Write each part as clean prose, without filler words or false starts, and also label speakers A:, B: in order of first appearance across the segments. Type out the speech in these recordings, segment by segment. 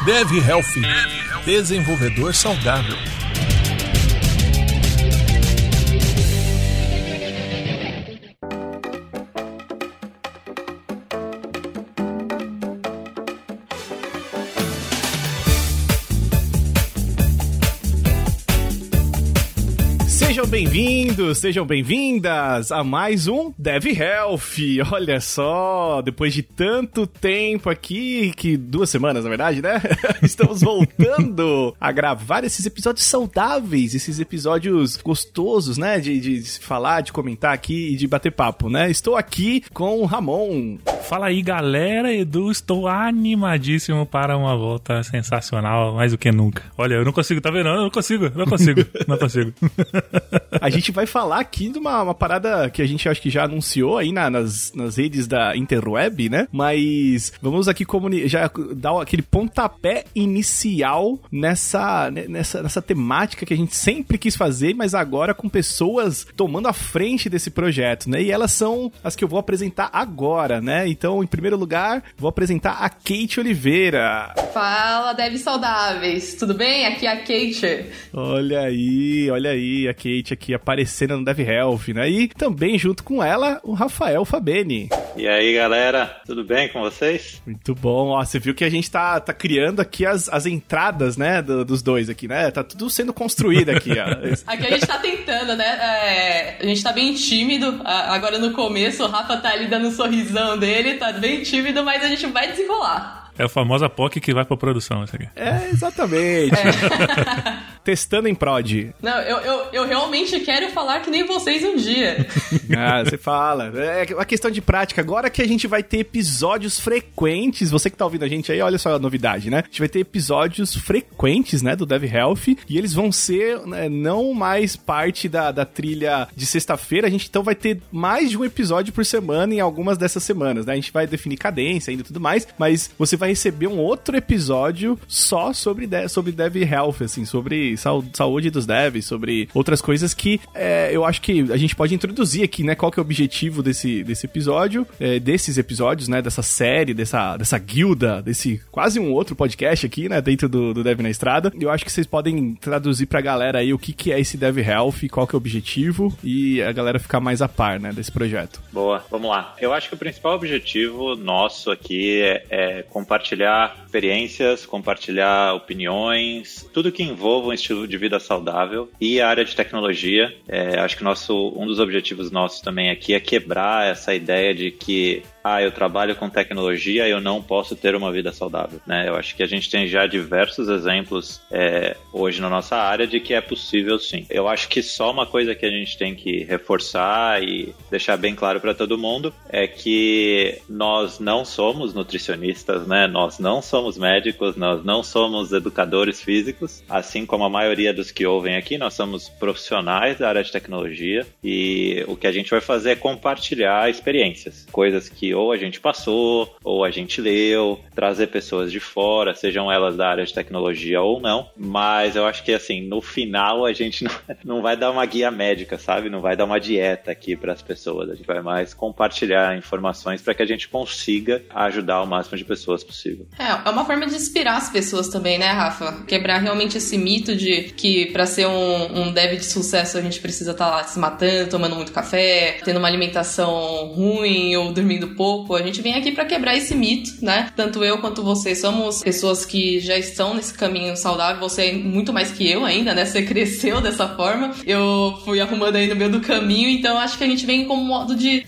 A: DevHealth, desenvolvedor saudável.
B: Sejam bem-vindos, sejam bem-vindas a mais um DevHealth. Olha só, depois de tanto tempo aqui, que 2 semanas na verdade, né? Estamos voltando a gravar esses episódios saudáveis, esses episódios gostosos, né? De se falar, de comentar aqui e de bater papo, né? Estou aqui com o Ramon.
C: Fala aí, galera, Edu, estou animadíssimo para uma volta sensacional, mais do que nunca. Olha, eu não consigo, tá vendo? Eu não consigo.
B: A gente vai falar aqui de uma parada que a gente acho que já anunciou aí nas redes da Interweb, né? Mas vamos aqui já dar aquele pontapé inicial nessa temática que a gente sempre quis fazer, mas agora com pessoas tomando a frente desse projeto, né? E elas são as que eu vou apresentar agora, né? Então, em primeiro lugar, vou apresentar a Kate Oliveira.
D: Fala, Dev Saudáveis, tudo bem? Aqui é a Kate.
B: Olha aí, a Kate aqui aparecendo no DevHealth, né? E também junto com ela, o Rafael Fabeni.
E: E aí, galera, tudo bem com vocês?
B: Muito bom, ó, você viu que a gente tá criando aqui as entradas, né, dos dois aqui, né? Tá tudo sendo construído aqui, ó.
D: Aqui a gente tá tentando, né? A gente tá bem tímido, agora no começo o Rafa tá ali dando um sorrisão dele, tá bem tímido, mas a gente vai desenrolar.
C: É a famosa POC que vai pra produção, isso aqui.
B: É, exatamente. Testando em prod.
D: Não, eu realmente quero falar que nem vocês um dia.
B: Você fala. É uma questão de prática. Agora que a gente vai ter episódios frequentes, você que tá ouvindo a gente aí, olha só a novidade, né? A gente vai ter episódios frequentes, né, do DevHealth, e eles vão ser, né, não mais parte da trilha de sexta-feira. A gente então vai ter mais de um episódio por semana em algumas dessas semanas, né? A gente vai definir cadência ainda e tudo mais, mas você vai receber um outro episódio só sobre DevHealth, assim, sobre saúde dos devs, sobre outras coisas que eu acho que a gente pode introduzir aqui, né? Qual que é o objetivo desse episódio, desses episódios, né? Dessa série, dessa guilda, desse quase um outro podcast aqui, né? Dentro do Dev na Estrada. Eu acho que vocês podem traduzir pra galera aí o que é esse DevHealth, qual que é o objetivo e a galera ficar mais a par, né? Desse projeto.
E: Boa, vamos lá. Eu acho que o principal objetivo nosso aqui é compartilhar experiências, compartilhar opiniões, tudo que envolva um estilo de vida saudável e a área de tecnologia. Acho que um dos objetivos nossos também aqui é quebrar essa ideia de que eu trabalho com tecnologia e eu não posso ter uma vida saudável, né? Eu acho que a gente tem já diversos exemplos hoje na nossa área de que é possível sim. Eu acho que só uma coisa que a gente tem que reforçar e deixar bem claro para todo mundo é que nós não somos nutricionistas, né? Nós não somos médicos, nós não somos educadores físicos, assim como a maioria dos que ouvem aqui, nós somos profissionais da área de tecnologia e o que a gente vai fazer é compartilhar experiências, coisas que ou a gente passou, ou a gente leu, trazer pessoas de fora, sejam elas da área de tecnologia ou não, mas eu acho que assim, no final a gente não vai dar uma guia médica, sabe? Não vai dar uma dieta aqui para as pessoas, a gente vai mais compartilhar informações para que a gente consiga ajudar o máximo de pessoas possível.
D: É uma forma de inspirar as pessoas também, né, Rafa? Quebrar realmente esse mito de que para ser um dev de sucesso a gente precisa estar lá se matando, tomando muito café, tendo uma alimentação ruim ou dormindo pouco. A gente vem aqui para quebrar esse mito, né? Tanto eu quanto você somos pessoas que já estão nesse caminho saudável. Você é muito mais que eu ainda, né? Você cresceu dessa forma. Eu fui arrumando aí no meio do caminho, então acho que a gente vem como modo de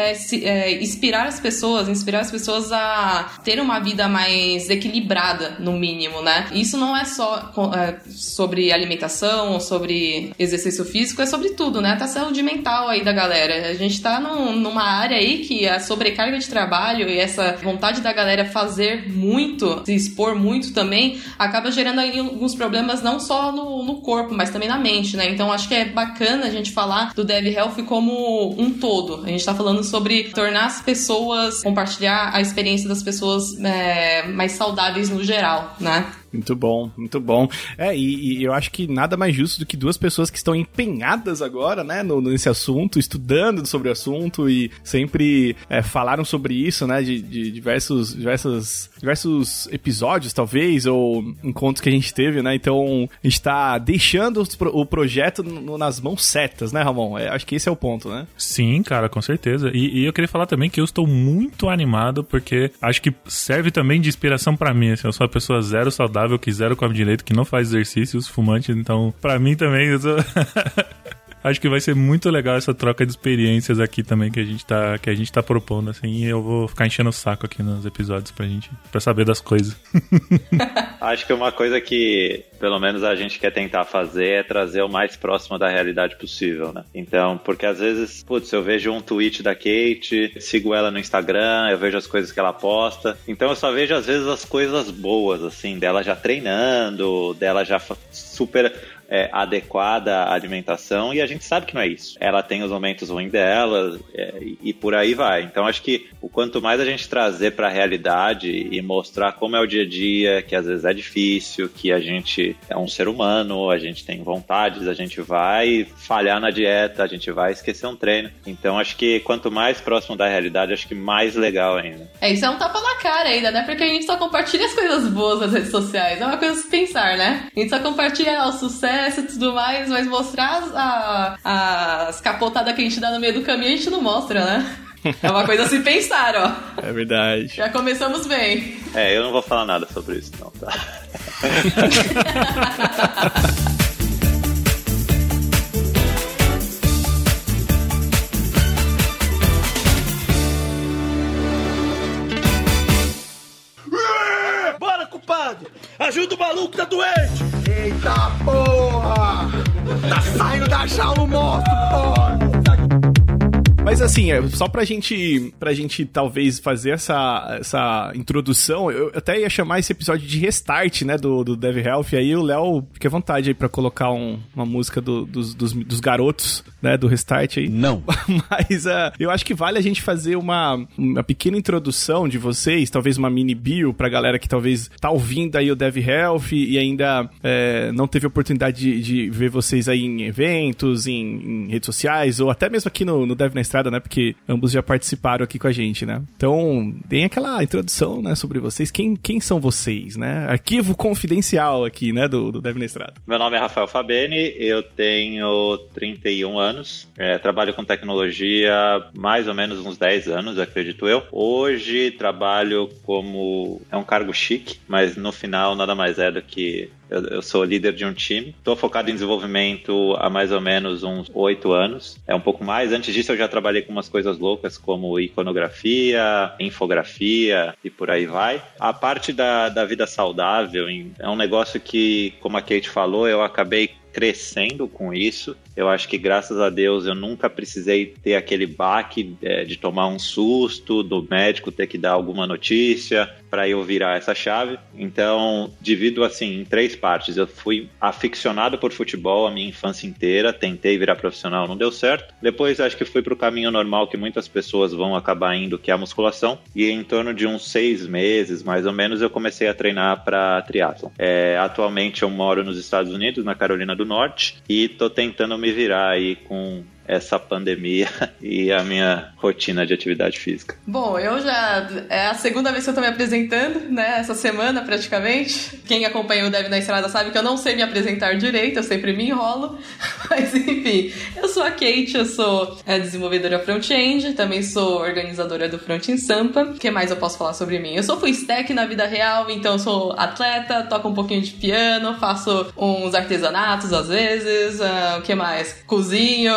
D: inspirar as pessoas a ter uma vida mais equilibrada, no mínimo, né? Isso não é só sobre alimentação ou sobre exercício físico, é sobre tudo, né? Tá a saúde mental aí da galera. A gente tá numa área aí que a sobrecarga de trabalho e essa vontade da galera fazer muito, se expor muito também, acaba gerando aí alguns problemas não só no corpo, mas também na mente, né? Então acho que é bacana a gente falar do DevHealth como um todo. A gente tá falando sobre tornar as pessoas, compartilhar a experiência das pessoas mais saudáveis no geral, né?
B: Muito bom, muito bom. E eu acho que nada mais justo do que duas pessoas que estão empenhadas agora, né, nesse assunto, estudando sobre o assunto e sempre falaram sobre isso, né, de diversos episódios, talvez, ou encontros que a gente teve, né, então a gente tá deixando o projeto nas mãos certas, né, Ramon? Acho que esse é o ponto, né?
C: Sim, cara, com certeza. E eu queria falar também que eu estou muito animado, porque acho que serve também de inspiração pra mim, assim, eu sou uma pessoa zero saudável, que zero come direito, que não faz exercícios, fumante, então pra mim também acho que vai ser muito legal essa troca de experiências aqui também que a gente tá propondo, assim, e eu vou ficar enchendo o saco aqui nos episódios pra saber das coisas.
E: Acho que uma coisa que, pelo menos, a gente quer tentar fazer é trazer o mais próximo da realidade possível, né? Então, porque às vezes, eu vejo um tweet da Kate, sigo ela no Instagram, eu vejo as coisas que ela posta, então eu só vejo às vezes as coisas boas, assim, dela já treinando, dela já super adequada à alimentação, e a gente sabe que não é isso. Ela tem os momentos ruins dela e por aí vai. Então acho que o quanto mais a gente trazer para a realidade e mostrar como é o dia a dia, que às vezes é difícil, que a gente é um ser humano, a gente tem vontades, a gente vai falhar na dieta, a gente vai esquecer um treino. Então acho que quanto mais próximo da realidade, acho que mais legal ainda.
D: Isso é um tapa na cara ainda, né? Porque a gente só compartilha as coisas boas nas redes sociais. É uma coisa a se pensar, né? A gente só compartilha o sucesso e tudo mais, mas mostrar as capotadas que a gente dá no meio do caminho, a gente não mostra, né? É uma coisa a se pensar, ó.
B: É verdade.
D: Já começamos bem.
E: Eu não vou falar nada sobre isso, não, tá?
F: Bora, compadre! Ajuda o maluco que tá doente!
G: Eita porra! Tá saindo da jaula o monstro, porra!
B: Mas assim, só pra gente talvez fazer essa introdução, eu até ia chamar esse episódio de restart, né, do Dev Health, aí o Léo, fique à vontade aí pra colocar uma música dos garotos, né, do restart aí.
F: Não.
B: Mas eu acho que vale a gente fazer uma pequena introdução de vocês, talvez uma mini bio pra galera que talvez tá ouvindo aí o Dev Health e ainda não teve oportunidade de ver vocês aí em eventos, em redes sociais, ou até mesmo aqui no Dev na Estrada, né? Porque ambos já participaram aqui com a gente, né? Então, deem aquela introdução, né, sobre vocês. Quem são vocês, né? Arquivo confidencial aqui, né, do Dev na Estrada.
E: Meu nome é Rafael Fabeni, eu tenho 31 anos, trabalho com tecnologia mais ou menos uns 10 anos, acredito eu. Hoje trabalho como... é um cargo chique, mas no final nada mais é do que... Eu sou líder de um time. Estou focado em desenvolvimento há mais ou menos uns 8 anos. É um pouco mais. Antes disso eu já trabalhei com umas coisas loucas como iconografia, infografia e por aí vai. A parte da vida saudável é um negócio que, como a Kate falou, eu acabei crescendo com isso. Eu acho que, graças a Deus, eu nunca precisei ter aquele baque de tomar um susto, do médico ter que dar alguma notícia para eu virar essa chave. Então, divido assim em 3 partes. Eu fui aficionado por futebol a minha infância inteira, tentei virar profissional, não deu certo. Depois, acho que fui para o caminho normal que muitas pessoas vão acabar indo, que é a musculação. E em torno de uns 6 meses, mais ou menos, eu comecei a treinar para triatlon. Atualmente, eu moro nos Estados Unidos, na Carolina do Norte, e tô tentando me virar aí com essa pandemia e a minha rotina de atividade física.
D: Bom, eu já... é a segunda vez que eu tô me apresentando, né? Essa semana, praticamente. Quem acompanha o Dev na Estrada sabe que eu não sei me apresentar direito, eu sempre me enrolo. Mas, enfim, eu sou a Kate, eu sou desenvolvedora front-end, também sou organizadora do Front em Sampa. O que mais eu posso falar sobre mim? Eu sou full stack na vida real, então eu sou atleta, toco um pouquinho de piano, faço uns artesanatos às vezes, o que mais? Cozinho,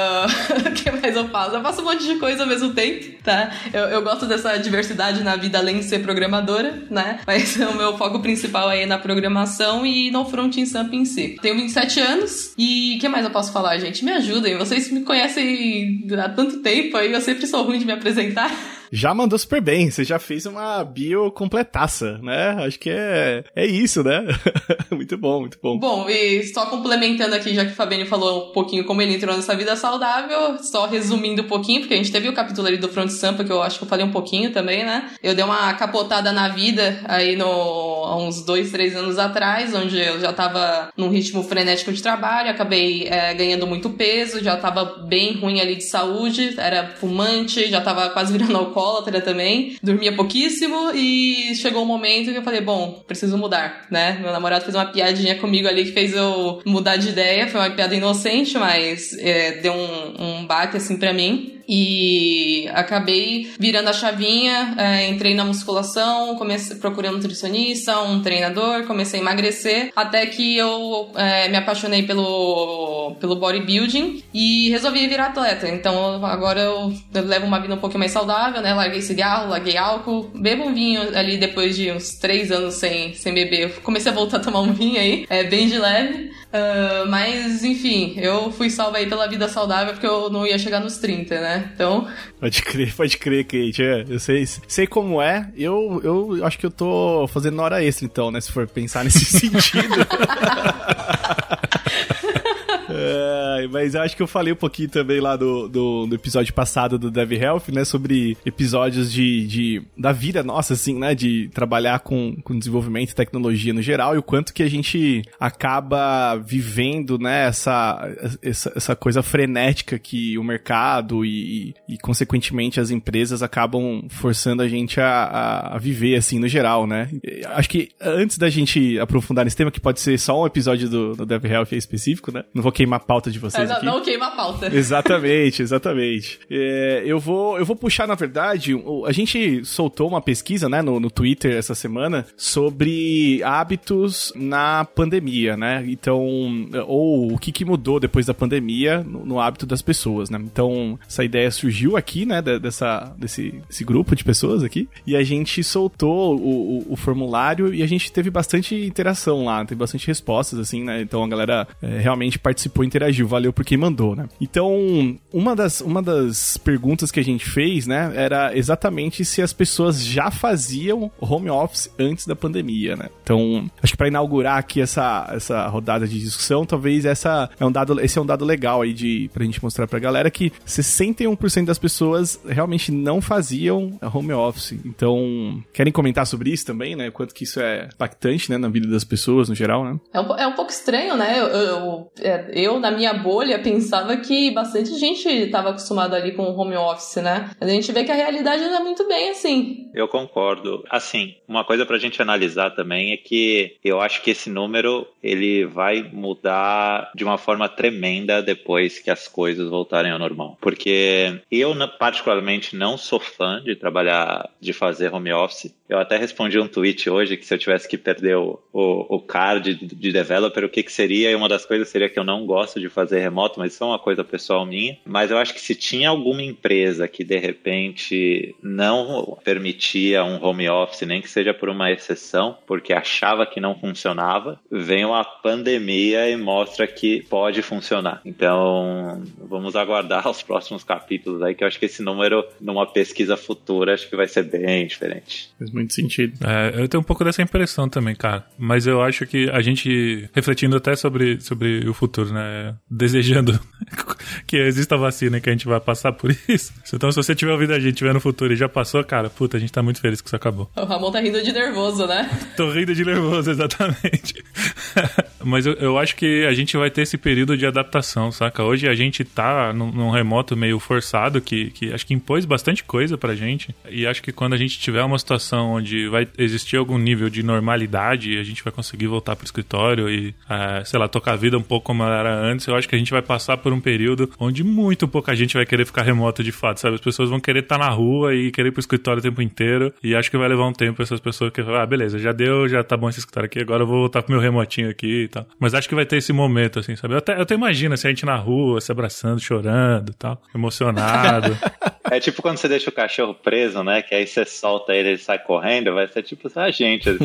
D: o que mais eu faço? Eu faço um monte de coisa ao mesmo tempo, tá? Eu gosto dessa diversidade na vida, além de ser programadora, né? Mas o meu foco principal é na programação e no Front em Sampa em si. Tenho 27 anos e o que mais eu posso falar, gente? Me ajudem, vocês me conhecem há tanto tempo aí, eu sempre sou ruim de me apresentar.
B: já mandou super bem. Você já fez uma bio completaça, né? Acho que é isso, né? Muito bom, muito bom.
D: Bom, e só complementando aqui, já que o Fabinho falou um pouquinho como ele entrou nessa vida saudável, só resumindo um pouquinho, porque a gente teve o capítulo ali do Front Sampa, que eu acho que eu falei um pouquinho também, né? Eu dei uma capotada na vida aí há uns 2, 3 anos atrás, onde eu já tava num ritmo frenético de trabalho, acabei ganhando muito peso, já tava bem ruim ali de saúde, era fumante, já tava quase virando alcoólatra também, dormia pouquíssimo e chegou um momento que eu falei, bom, preciso mudar, né? Meu namorado fez uma piadinha comigo ali que fez eu mudar de ideia, foi uma piada inocente, mas deu um baque assim pra mim. E acabei virando a chavinha, entrei na musculação, procurei um nutricionista, um treinador, comecei a emagrecer, até que eu me apaixonei pelo bodybuilding e resolvi virar atleta. Então agora eu levo uma vida um pouquinho mais saudável, né? Larguei cigarro, larguei álcool, bebo um vinho ali depois de uns 3 anos sem beber. Eu comecei a voltar a tomar um vinho aí, bem de leve. Mas, enfim, eu fui salva aí pela vida saudável porque eu não ia chegar nos 30, né? Então...
B: Pode crer, Kate. Eu sei como é. Eu acho que eu tô fazendo hora extra, então, né? Se for pensar nesse sentido. Mas eu acho que eu falei um pouquinho também lá do episódio passado do Dev Health, né? Sobre episódios da vida nossa, assim, né? De trabalhar com desenvolvimento e tecnologia no geral e o quanto que a gente acaba vivendo, né? Essa coisa frenética que o mercado e consequentemente as empresas acabam forçando a gente a viver, assim, no geral, né? Acho que antes da gente aprofundar nesse tema, que pode ser só um episódio do Dev Health específico, né? Não vou queimar a pauta de vocês aqui.
D: Não queima a pauta.
B: Exatamente. Eu vou puxar, na verdade, a gente soltou uma pesquisa, né, no Twitter essa semana sobre hábitos na pandemia, né? Então, ou o que mudou depois da pandemia no hábito das pessoas, né? Então, essa ideia surgiu aqui, né, desse grupo de pessoas aqui, e a gente soltou o formulário e a gente teve bastante interação lá, teve bastante respostas, assim, né? Então, a galera realmente participou, interagiu, valeu por quem mandou, né? Então, uma das perguntas que a gente fez, né, era exatamente se as pessoas já faziam home office antes da pandemia, né? Então, acho que para inaugurar aqui essa rodada de discussão, talvez esse é um dado legal aí pra gente mostrar pra galera que 61% das pessoas realmente não faziam home office. Então, querem comentar sobre isso também, né? Quanto que isso é impactante, né, na vida das pessoas no geral, né?
D: É um pouco estranho, né? Eu, na minha bolha, pensava que bastante gente estava acostumada ali com o home office, né? Mas a gente vê que a realidade não é muito bem assim.
E: Eu concordo. Assim, uma coisa pra gente analisar também é que eu acho que esse número, ele vai mudar de uma forma tremenda depois que as coisas voltarem ao normal. Porque eu, particularmente, não sou fã de fazer home office. Eu até respondi um tweet hoje que se eu tivesse que perder o card de developer, o que seria? E uma das coisas seria que eu não gosto de fazer remoto, mas isso é uma coisa pessoal minha. Mas eu acho que se tinha alguma empresa que, de repente, não permitia um home office, nem que seja por uma exceção, porque achava que não funcionava, vem uma pandemia e mostra que pode funcionar. Então, vamos aguardar os próximos capítulos aí, que eu acho que esse número, numa pesquisa futura, acho que vai ser bem diferente.
B: Faz muito sentido.
C: Eu tenho um pouco dessa impressão também, cara. Mas eu acho que a gente, refletindo até sobre o futuro, né? Desejando que exista a vacina e que a gente vai passar por isso. Então, se você tiver ouvido a gente, tiver no futuro e já passou, cara, puta, a gente tá muito feliz que isso acabou.
D: O Ramon tá rindo de nervoso, né?
C: Tô rindo de nervoso, exatamente. Mas eu acho que a gente vai ter esse período de adaptação, saca? Hoje a gente tá num remoto meio forçado, que acho que impôs bastante coisa pra gente. E acho que quando a gente tiver uma situação onde vai existir algum nível de normalidade, a gente vai conseguir voltar pro escritório e, sei lá, tocar a vida um pouco como ela era antes, eu acho que a gente vai passar por um período onde muito pouca gente vai querer ficar remoto de fato, sabe? As pessoas vão querer estar na rua e querer ir pro escritório o tempo inteiro, e acho que vai levar um tempo essas pessoas que falam, beleza, já deu, já tá bom esse escritório aqui, agora eu vou voltar pro meu remotinho aqui e tal. Mas acho que vai ter esse momento, assim, sabe? Eu até imagino, assim, a gente na rua, se abraçando, chorando e tal, emocionado.
E: É tipo quando você deixa o cachorro preso, né? Que aí você solta ele sai correndo, vai ser tipo a gente, assim.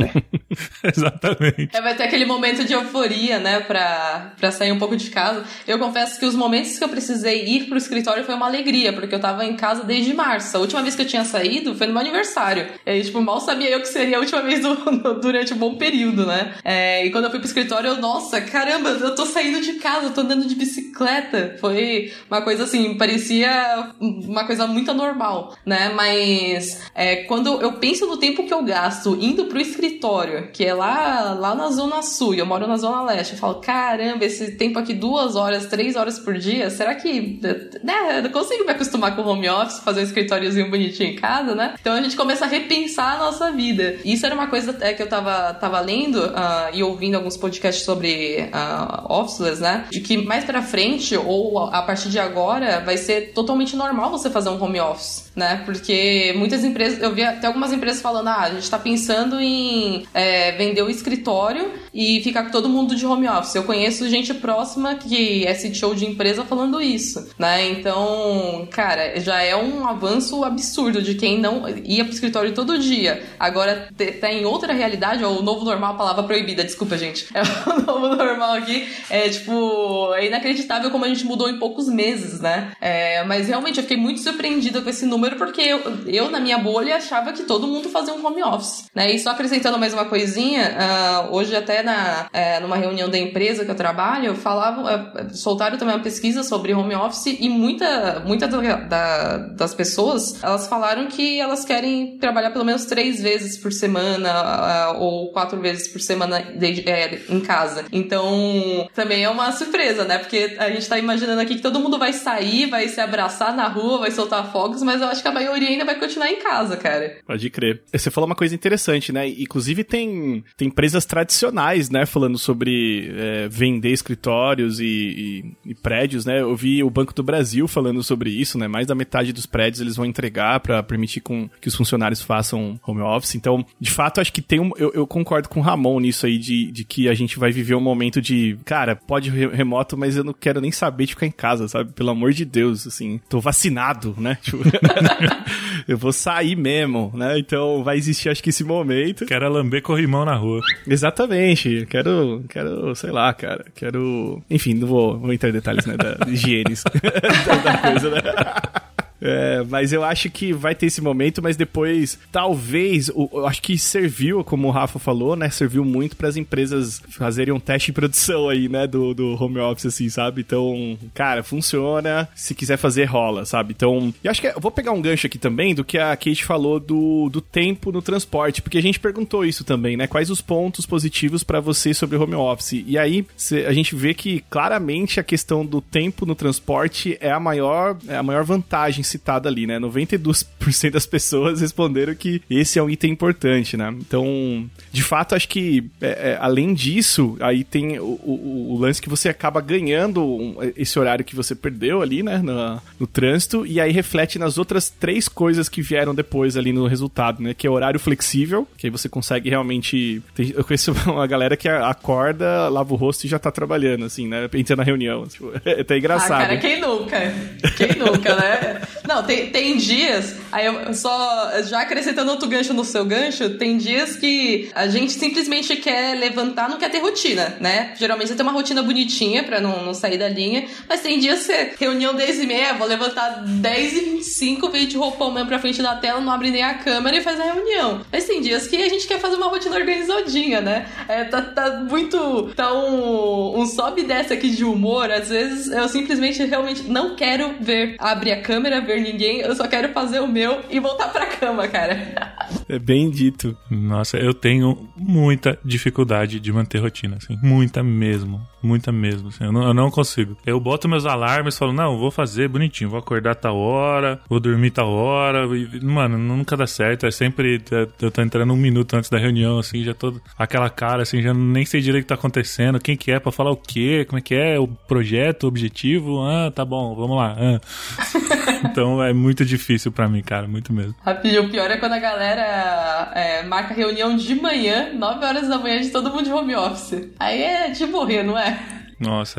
C: Exatamente.
D: Vai ter aquele momento de euforia, né, pra sair um pouco de casa. Eu confesso que os momentos que eu precisei ir pro escritório foi uma alegria, porque eu tava em casa desde março. A última vez que eu tinha saído foi no meu aniversário. E aí, tipo, mal sabia eu que seria a última vez durante um bom período, né? E quando eu fui pro escritório, nossa, caramba, eu tô saindo de casa, eu tô andando de bicicleta. Foi uma coisa assim, parecia uma coisa muito anormal, né? Mas quando eu penso no tempo que eu gasto indo pro escritório, que é lá na Zona Sul, e eu moro na Zona Leste, eu falo, caramba, esse tempo aqui 2 horas, 3 horas por dia, será que, né, eu consigo me acostumar com o home office, fazer um escritóriozinho bonitinho em casa, né? Então a gente começa a repensar a nossa vida. E isso era uma coisa que eu tava lendo e ouvindo alguns podcasts sobre officeless, né? De que mais pra frente, ou a partir de agora, vai ser totalmente normal você fazer um home office, né? Porque muitas empresas, eu vi até algumas empresas falando, a gente tá pensando em vender o escritório e ficar com todo mundo de home office. Eu conheço gente próxima que é CTO de empresa falando isso, né? Então, cara, já é um avanço absurdo de quem não ia pro escritório todo dia. Agora tá em outra realidade, ou o novo normal, a palavra proibida, desculpa, gente. É o novo normal aqui. É inacreditável como a gente mudou em poucos meses, né? Mas realmente eu fiquei muito surpreendida com esse número, porque eu na minha bolha, achava que todo mundo fazia um home office, né? E só acrescentando mais uma coisinha, hoje até numa reunião da empresa que eu trabalho, soltaram também uma pesquisa sobre home office e muita das pessoas, elas falaram que elas querem trabalhar pelo menos 3 vezes por semana ou 4 vezes por semana em casa. Então, também é uma surpresa, né? Porque a gente tá imaginando aqui que todo mundo vai sair, vai se abraçar na rua, vai soltar fogos, mas eu acho que a maioria ainda vai continuar em casa, cara.
B: Pode crer. Você falou uma coisa interessante, né? Inclusive tem empresas tradicionais, né? Falando sobre vender escritórios e prédios, né? Eu vi o Banco do Brasil falando sobre isso, né? Mais da metade dos prédios eles vão entregar para permitir que os funcionários façam home office. Então, de fato, acho que eu concordo com o Ramon nisso aí, de que a gente vai viver um momento de, cara, pode remoto, mas eu não quero nem saber de ficar em casa, sabe? Pelo amor de Deus, assim, tô vacinado, né? Tipo, eu vou sair mesmo, né? Então vai existir, acho que esse momento.
C: Quero lamber corrimão na rua.
B: Exatamente. Quero, sei lá, cara. Enfim, não vou entrar em detalhes, né? Da higiene da coisa, né? Mas eu acho que vai ter esse momento, mas depois, talvez, eu acho que serviu, como o Rafa falou, né, serviu muito para as empresas fazerem um teste de produção aí, né, do home office, assim, sabe? Então, cara, funciona, se quiser fazer, rola, sabe? Então, eu acho que eu vou pegar um gancho aqui também do que a Kate falou do tempo no transporte, porque a gente perguntou isso também, né? Quais os pontos positivos para você sobre o home office? E aí, a gente vê que, claramente, a questão do tempo no transporte é a maior vantagem citada ali, né? 92% das pessoas responderam que esse é um item importante, né? Então, de fato, acho que além disso, aí tem o lance que você acaba ganhando esse horário que você perdeu ali, né? No trânsito, e aí reflete nas outras 3 coisas que vieram depois ali no resultado, né? Que é horário flexível, que aí você consegue realmente... Eu conheço uma galera que acorda, lava o rosto e já tá trabalhando, assim, né? Entra na reunião. Tipo, é até engraçado.
D: Cara, quem nunca? Quem nunca, né? Não, tem dias, aí eu só, já acrescentando outro gancho no seu gancho, tem dias que a gente simplesmente quer levantar, não quer ter rotina, né? Geralmente você tem uma rotina bonitinha pra não sair da linha, mas tem dias que reunião 10h30, vou levantar 10h25, veio de roupão mesmo pra frente da tela, não abre nem a câmera e faz a reunião. Mas tem dias que a gente quer fazer uma rotina organizadinha, né? Tá muito... Tá um sobe e desce aqui de humor, às vezes eu simplesmente realmente não quero abrir a câmera, ver ninguém, eu só quero fazer o meu e voltar pra cama, cara.
B: É bem dito.
C: Nossa, eu tenho muita dificuldade de manter rotina, assim, muita mesmo, assim, eu não consigo. Eu boto meus alarmes e falo, não, vou fazer bonitinho, vou acordar tal hora, vou dormir tal hora, e, mano, nunca dá certo, é sempre, eu tô entrando 1 minuto antes da reunião, assim, já tô aquela cara, assim, já nem sei direito o que tá acontecendo, quem que é, pra falar o quê, como é que é, o projeto, o objetivo, tá bom, vamos lá, Então é muito difícil pra mim, cara, muito mesmo.
D: Rapidinho, o pior é quando a galera marca reunião de manhã, 9 horas da manhã, de todo mundo de home office. Aí é de morrer, não é?
C: Nossa,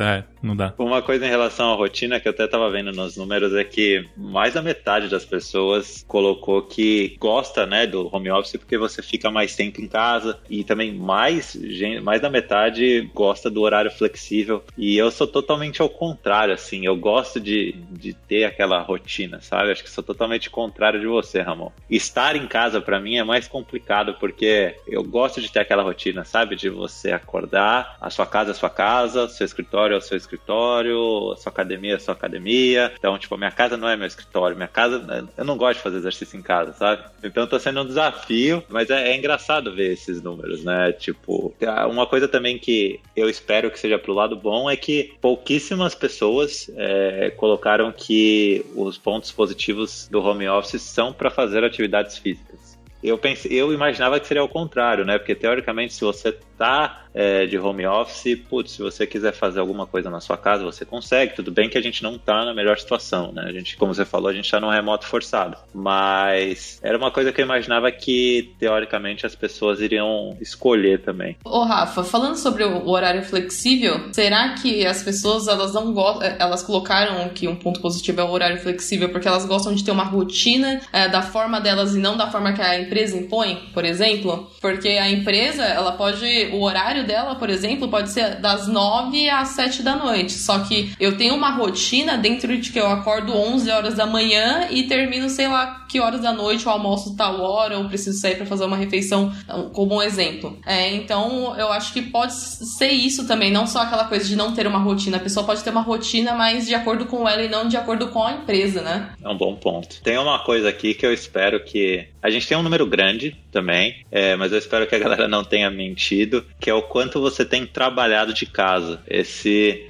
C: não dá.
E: Uma coisa em relação à rotina que eu até tava vendo nos números é que mais da metade das pessoas colocou que gosta, né, do home office porque você fica mais tempo em casa, e também mais da metade gosta do horário flexível. E eu sou totalmente ao contrário, assim, eu gosto de ter aquela rotina, sabe? Acho que sou totalmente contrário de você, Ramon. Estar em casa pra mim é mais complicado porque eu gosto de ter aquela rotina, sabe? De você acordar, a sua casa é a sua casa, o seu escritório é o seu escritório, a sua academia é a sua academia. Então, tipo, minha casa não é meu escritório, minha casa, eu não gosto de fazer exercício em casa, sabe? Então tá sendo um desafio, mas é engraçado ver esses números, né? Tipo, uma coisa também que eu espero que seja pro lado bom é que pouquíssimas pessoas colocaram que os pontos positivos do home office são para fazer atividades físicas. Eu imaginava que seria ao contrário, né? Porque teoricamente, se você tá de home office, putz, se você quiser fazer alguma coisa na sua casa, você consegue. Tudo bem que a gente não tá na melhor situação, né? A gente, como você falou, a gente tá num remoto forçado. Mas era uma coisa que eu imaginava que, teoricamente, as pessoas iriam escolher também.
D: Ô, Rafa, falando sobre o horário flexível, será que as pessoas, elas não gostam, elas colocaram que um ponto positivo é o horário flexível porque elas gostam de ter uma rotina da forma delas e não da forma que a empresa impõe, por exemplo? Porque a empresa, ela pode... O horário dela, por exemplo, pode ser das 9 às 7 da noite. Só que eu tenho uma rotina dentro de que eu acordo 11 horas da manhã e termino, sei lá, que horas da noite, eu almoço tal hora, ou preciso sair pra fazer uma refeição, como um exemplo. Então, eu acho que pode ser isso também, não só aquela coisa de não ter uma rotina. A pessoa pode ter uma rotina, mas de acordo com ela e não de acordo com a empresa, né?
E: É um bom ponto. Tem uma coisa aqui que eu espero que... A gente tem um número grande também, mas eu espero que a galera não tenha mentido, que é o quanto você tem trabalhado de casa. Esse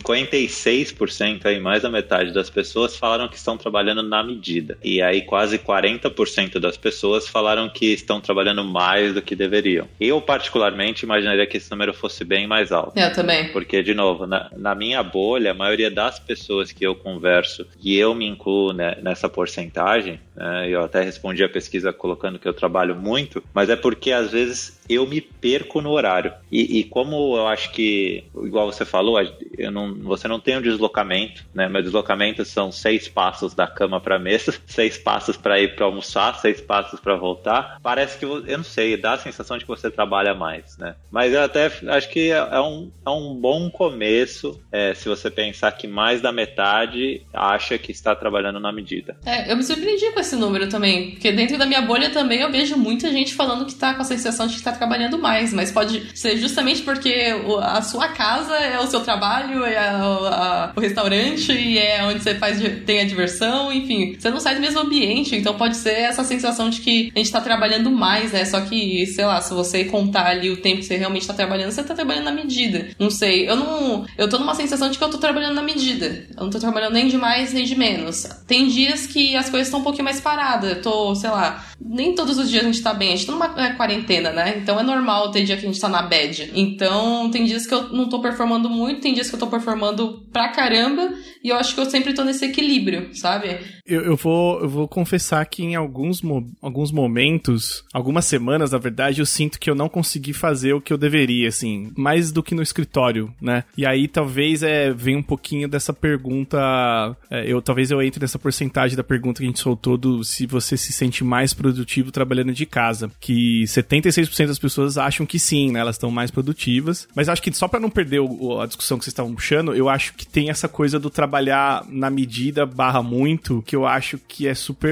E: 56%, aí, mais da metade das pessoas falaram que estão trabalhando na medida. E aí quase 40% das pessoas falaram que estão trabalhando mais do que deveriam. Eu, particularmente, imaginaria que esse número fosse bem mais alto.
D: Eu também.
E: Porque, de novo, na minha bolha, a maioria das pessoas que eu converso, e eu me incluo, né, nessa porcentagem, né, eu até respondi a pesquisa colocando que eu trabalho muito, mas é porque, às vezes, eu me perco no horário. E como eu acho que, igual você falou, você não tem um deslocamento, né? Meu deslocamento são 6 passos da cama para a mesa, 6 passos para ir para almoçar, 6 passos para voltar. Parece que, eu não sei, dá a sensação de que você trabalha mais, né? Mas eu até acho que é um bom começo, se você pensar que mais da metade acha que está trabalhando na medida.
D: Eu me surpreendi com esse número também, porque dentro da minha bolha também eu vejo muita gente falando que tá com a sensação de que tá trabalhando mais, mas pode ser justamente porque a sua casa é o seu trabalho, é o restaurante e é onde você tem a diversão, enfim, você não sai do mesmo ambiente, então pode ser essa sensação de que a gente tá trabalhando mais, né? Só que, sei lá, se você contar ali o tempo que você realmente tá trabalhando, você tá trabalhando na medida. Não sei, eu tô numa sensação de que eu tô trabalhando na medida. Eu não tô trabalhando nem de mais nem de menos. Tem dias que as coisas estão um pouquinho mais paradas. Eu tô, sei lá, nem todos os dias a gente tá bem, a gente tá numa quarentena, né? Então é normal ter dia que a gente tá na bad. Então tem dias que eu não tô performando muito, tem dias que eu tô performando pra caramba, e eu acho que eu sempre tô nesse equilíbrio, sabe?
B: Eu vou confessar que em alguns momentos, algumas semanas, na verdade, eu sinto que eu não consegui fazer o que eu deveria, assim, mais do que no escritório, né? E aí talvez venha um pouquinho dessa pergunta, talvez eu entre nessa porcentagem da pergunta que a gente soltou do se você se sente mais produtivo trabalhando de casa, que 76% das pessoas acham que sim, né? Elas estão mais produtivas, mas acho que só pra não perder a discussão que vocês estavam puxando, eu acho que tem essa coisa do trabalhar na medida /muito, que eu acho que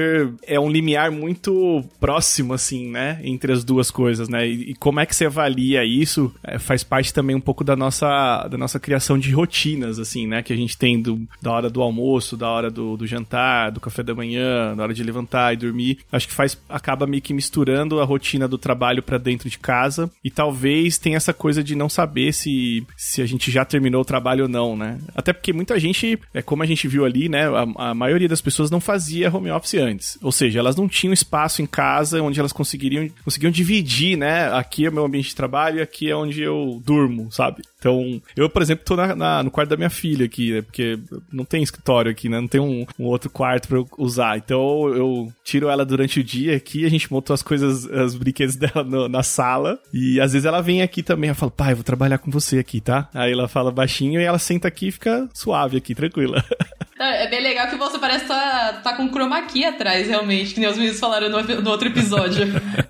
B: é um limiar muito próximo, assim, né, entre as duas coisas, né, e como é que você avalia isso, faz parte também um pouco da nossa criação de rotinas, assim, né, que a gente tem da hora do almoço, da hora do jantar, do café da manhã, da hora de levantar e dormir, acho que acaba meio que misturando a rotina do trabalho pra dentro de casa, e talvez tenha essa coisa de não saber se a gente já terminou o trabalho ou não, né, até porque muita gente, como a gente viu ali, né, a maioria das pessoas não fazia home office antes. Ou seja, elas não tinham espaço em casa onde elas conseguiam dividir, né, aqui é o meu ambiente de trabalho e aqui é onde eu durmo, sabe? Então, eu, por exemplo, tô no quarto da minha filha aqui, né? Porque não tem escritório aqui, né? Não tem um outro quarto pra eu usar. Então, eu tiro ela durante o dia aqui, a gente montou as coisas, os brinquedos dela na sala. E às vezes ela vem aqui também, ela fala, pai, vou trabalhar com você aqui, tá? Aí ela fala baixinho e ela senta aqui e fica suave aqui, tranquila.
D: É bem legal que você parece tá com chroma key atrás, realmente, que nem os meninos falaram no outro episódio.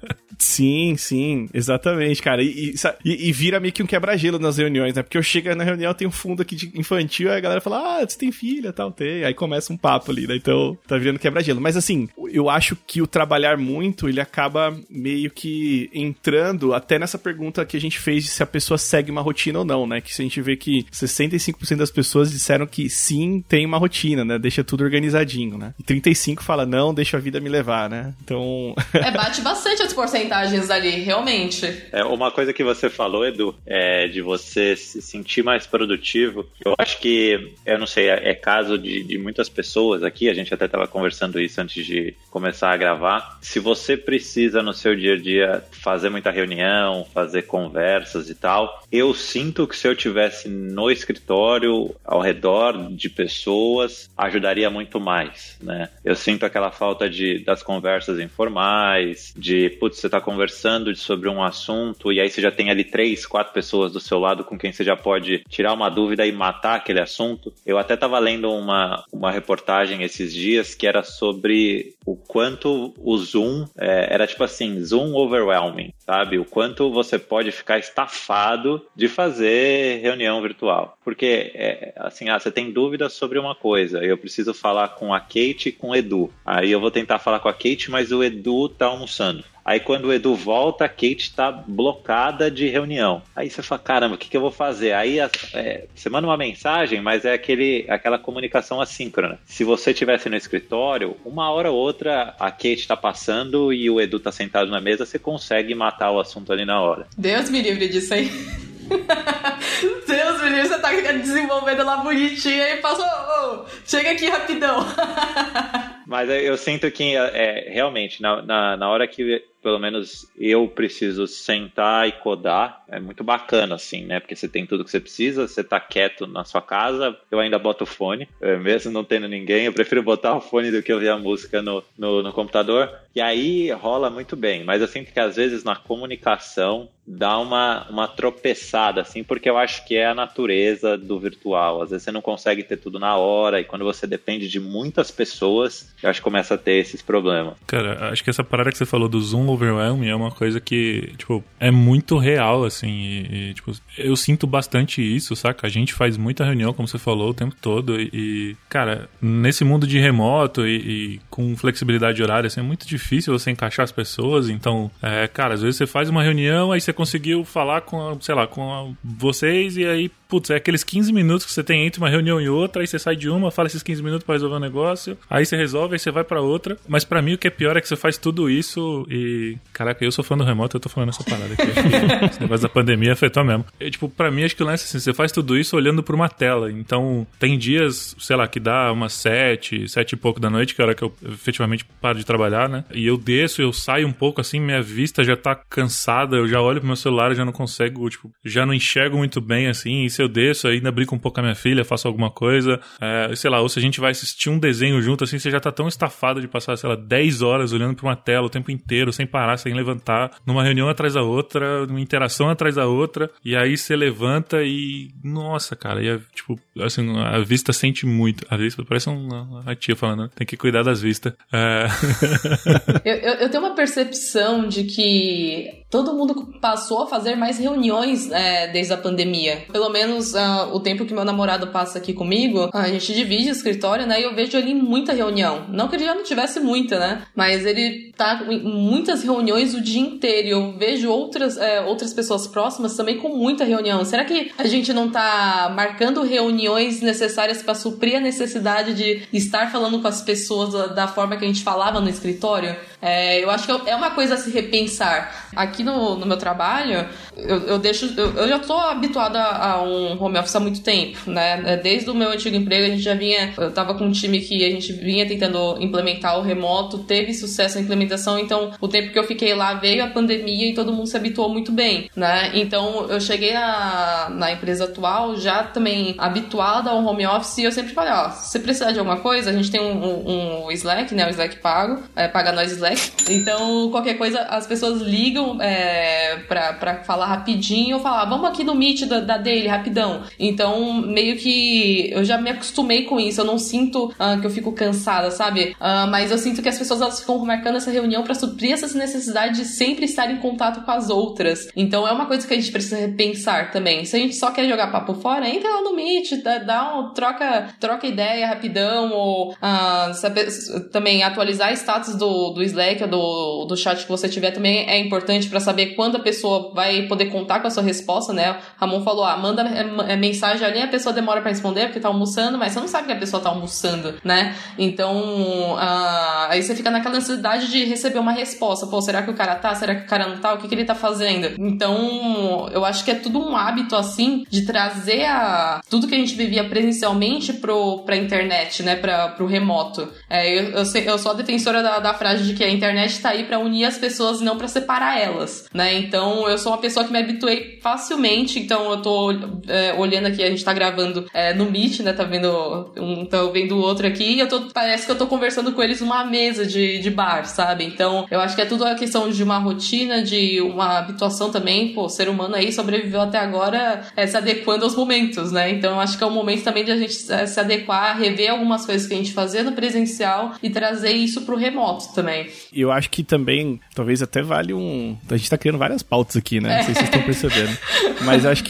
B: Sim, exatamente, cara. E vira meio que um quebra-gelo nas reuniões, né? Porque eu chego na reunião, tem um fundo aqui de infantil, aí a galera fala, você tem filha, tal, tem. Aí começa um papo ali, né? Então, tá virando quebra-gelo. Mas assim, eu acho que o trabalhar muito, ele acaba meio que entrando até nessa pergunta que a gente fez de se a pessoa segue uma rotina ou não, né? Que se a gente vê que 65% das pessoas disseram que sim, tem uma rotina, né? Deixa tudo organizadinho, né? E 35% fala, não, deixa a vida me levar, né? Então...
D: bate bastante as porcentagens ali, realmente.
E: Uma coisa que você falou, Edu, de você se sentir mais produtivo, eu acho que, eu não sei, é caso de muitas pessoas aqui, a gente até estava conversando isso antes de começar a gravar, se você precisa no seu dia a dia fazer muita reunião, fazer conversas e tal, eu sinto que se eu tivesse no escritório, ao redor de pessoas, ajudaria muito mais, né? Eu sinto aquela falta das conversas informais, putz, você tá conversando sobre um assunto e aí você já tem ali 3, 4 pessoas do seu lado com quem você já pode tirar uma dúvida e matar aquele assunto. Eu até tava lendo uma reportagem esses dias que era sobre o quanto o Zoom era tipo assim, Zoom overwhelming, sabe? O quanto você pode ficar estafado de fazer reunião virtual. Porque, assim, você tem dúvidas sobre uma coisa, eu preciso falar com a Kate e com o Edu. Aí eu vou tentar falar com a Kate, mas o Edu tá almoçando. Aí quando o Edu volta, a Kate tá blocada de reunião. Aí você fala, caramba, o que eu vou fazer? Aí você manda uma mensagem, mas é aquela comunicação assíncrona. Se você estivesse no escritório, uma hora ou outra a Kate tá passando e o Edu tá sentado na mesa, você consegue matar o assunto ali na hora.
D: Deus me livre disso aí. Deus me livre, você tá desenvolvendo lá bonitinho e passa, chega aqui rapidão.
E: Mas eu sinto que realmente, na hora que pelo menos eu preciso sentar e codar, é muito bacana, assim, né? Porque você tem tudo que você precisa, você tá quieto na sua casa, eu ainda boto o fone, mesmo não tendo ninguém, eu prefiro botar o fone do que ouvir a música no computador, e aí rola muito bem, mas eu sinto que às vezes na comunicação dá uma tropeçada, assim, porque eu acho que é a natureza do virtual, às vezes você não consegue ter tudo na hora, e quando você depende de muitas pessoas, eu acho que começa a ter esses problemas.
C: Cara, acho que essa parada que você falou do Zoom overwhelming é uma coisa que, tipo, é muito real, assim, e tipo, eu sinto bastante isso, saca? A gente faz muita reunião, como você falou, o tempo todo, e cara, nesse mundo de remoto e com flexibilidade de horário, assim, é muito difícil você encaixar as pessoas, então, cara, às vezes você faz uma reunião, aí você conseguiu falar com vocês, e aí, putz, é aqueles 15 minutos que você tem entre uma reunião e outra, aí você sai de uma, fala esses 15 minutos pra resolver um negócio, aí você resolve, aí você vai pra outra, mas pra mim o que é pior é que você faz tudo isso e, caraca, eu sou fã do remoto, eu tô falando essa parada aqui. Esse negócio da pandemia afetou mesmo. E, tipo, pra mim, acho que o lance é assim, você faz tudo isso olhando pra uma tela. Então, tem dias, sei lá, que dá umas 7 e pouco da noite, que é a hora que eu efetivamente paro de trabalhar, né? E eu desço, eu saio um pouco assim, minha vista já tá cansada, eu já olho pro meu celular e já não consigo, tipo, já não enxergo muito bem, assim, e se eu desço, ainda brinco um pouco com a minha filha, faço alguma coisa, sei lá, ou se a gente vai assistir um desenho junto, assim, você já tá tão estafado de passar, sei lá, 10 horas olhando pra uma tela o tempo inteiro, sem parar, sem levantar, numa reunião atrás da outra, numa interação atrás da outra, e aí você levanta e, nossa, cara, e tipo, assim, a vista sente muito, a vista parece uma tia falando, tem que cuidar das vistas.
D: Eu tenho uma percepção de que todo mundo passou a fazer mais reuniões desde a pandemia. Pelo menos o tempo que meu namorado passa aqui comigo, a gente divide o escritório, né? E eu vejo ali muita reunião. Não que ele já não tivesse muita, né? Mas ele tá em muitas reuniões o dia inteiro. E eu vejo outras pessoas próximas também com muita reunião. Será que a gente não tá marcando reuniões necessárias para suprir a necessidade de estar falando com as pessoas da forma que a gente falava no escritório? Eu acho que é uma coisa a se repensar. Aqui no meu trabalho, eu já tô habituada a um home office há muito tempo, né? Desde o meu antigo emprego, eu tava com um time que a gente vinha tentando implementar o remoto, teve sucesso na implementação, então o tempo que eu fiquei lá veio a pandemia e todo mundo se habituou muito bem, né? Então eu cheguei na empresa atual já também habituada ao home office e eu sempre falei, se você precisar de alguma coisa, a gente tem um Slack, né? O Slack pago, paga nós Slack. Então qualquer coisa as pessoas ligam pra falar rapidinho ou falar, vamos aqui no Meet da Daily, rapidão. Então meio que eu já me acostumei com isso, eu não sinto que eu fico cansada, sabe? Mas eu sinto que as pessoas elas ficam marcando essa reunião pra suprir essas necessidades de sempre estar em contato com as outras. Então é uma coisa que a gente precisa repensar também. Se a gente só quer jogar papo fora, entra lá no Meet, troca ideia rapidão, ou também atualizar status do Slack ou do chat que você tiver também é importante pra saber quando a pessoa vai poder contar com a sua resposta, né? O Ramon falou, manda mensagem ali, a pessoa demora pra responder porque tá almoçando, mas você não sabe que a pessoa tá almoçando, né? Então, aí você fica naquela necessidade de receber uma resposta. Pô, será que o cara tá? Será que o cara não tá? O que ele tá fazendo? Então, eu acho que é tudo um hábito, assim, de trazer tudo que a gente vivia presencialmente pra internet, né? Pro remoto. Eu sou a defensora da frase de que a internet tá aí pra unir as pessoas e não pra separar elas, né? Então, eu sou uma pessoa que me habituei facilmente, então eu tô olhando aqui, a gente tá gravando no Meet, né? Tá vendo o outro aqui, e parece que eu tô conversando com eles numa mesa de bar, sabe? Então, eu acho que é tudo a questão de uma rotina, de uma habituação também. Pô, o ser humano aí sobreviveu até agora se adequando aos momentos, né? Então, eu acho que é o momento também de a gente se adequar, rever algumas coisas que a gente fazia no presencial e trazer isso pro remoto também.
B: E eu acho que também, talvez até vale a gente tá criando várias pautas aqui, né? Não sei se vocês estão percebendo. Mas acho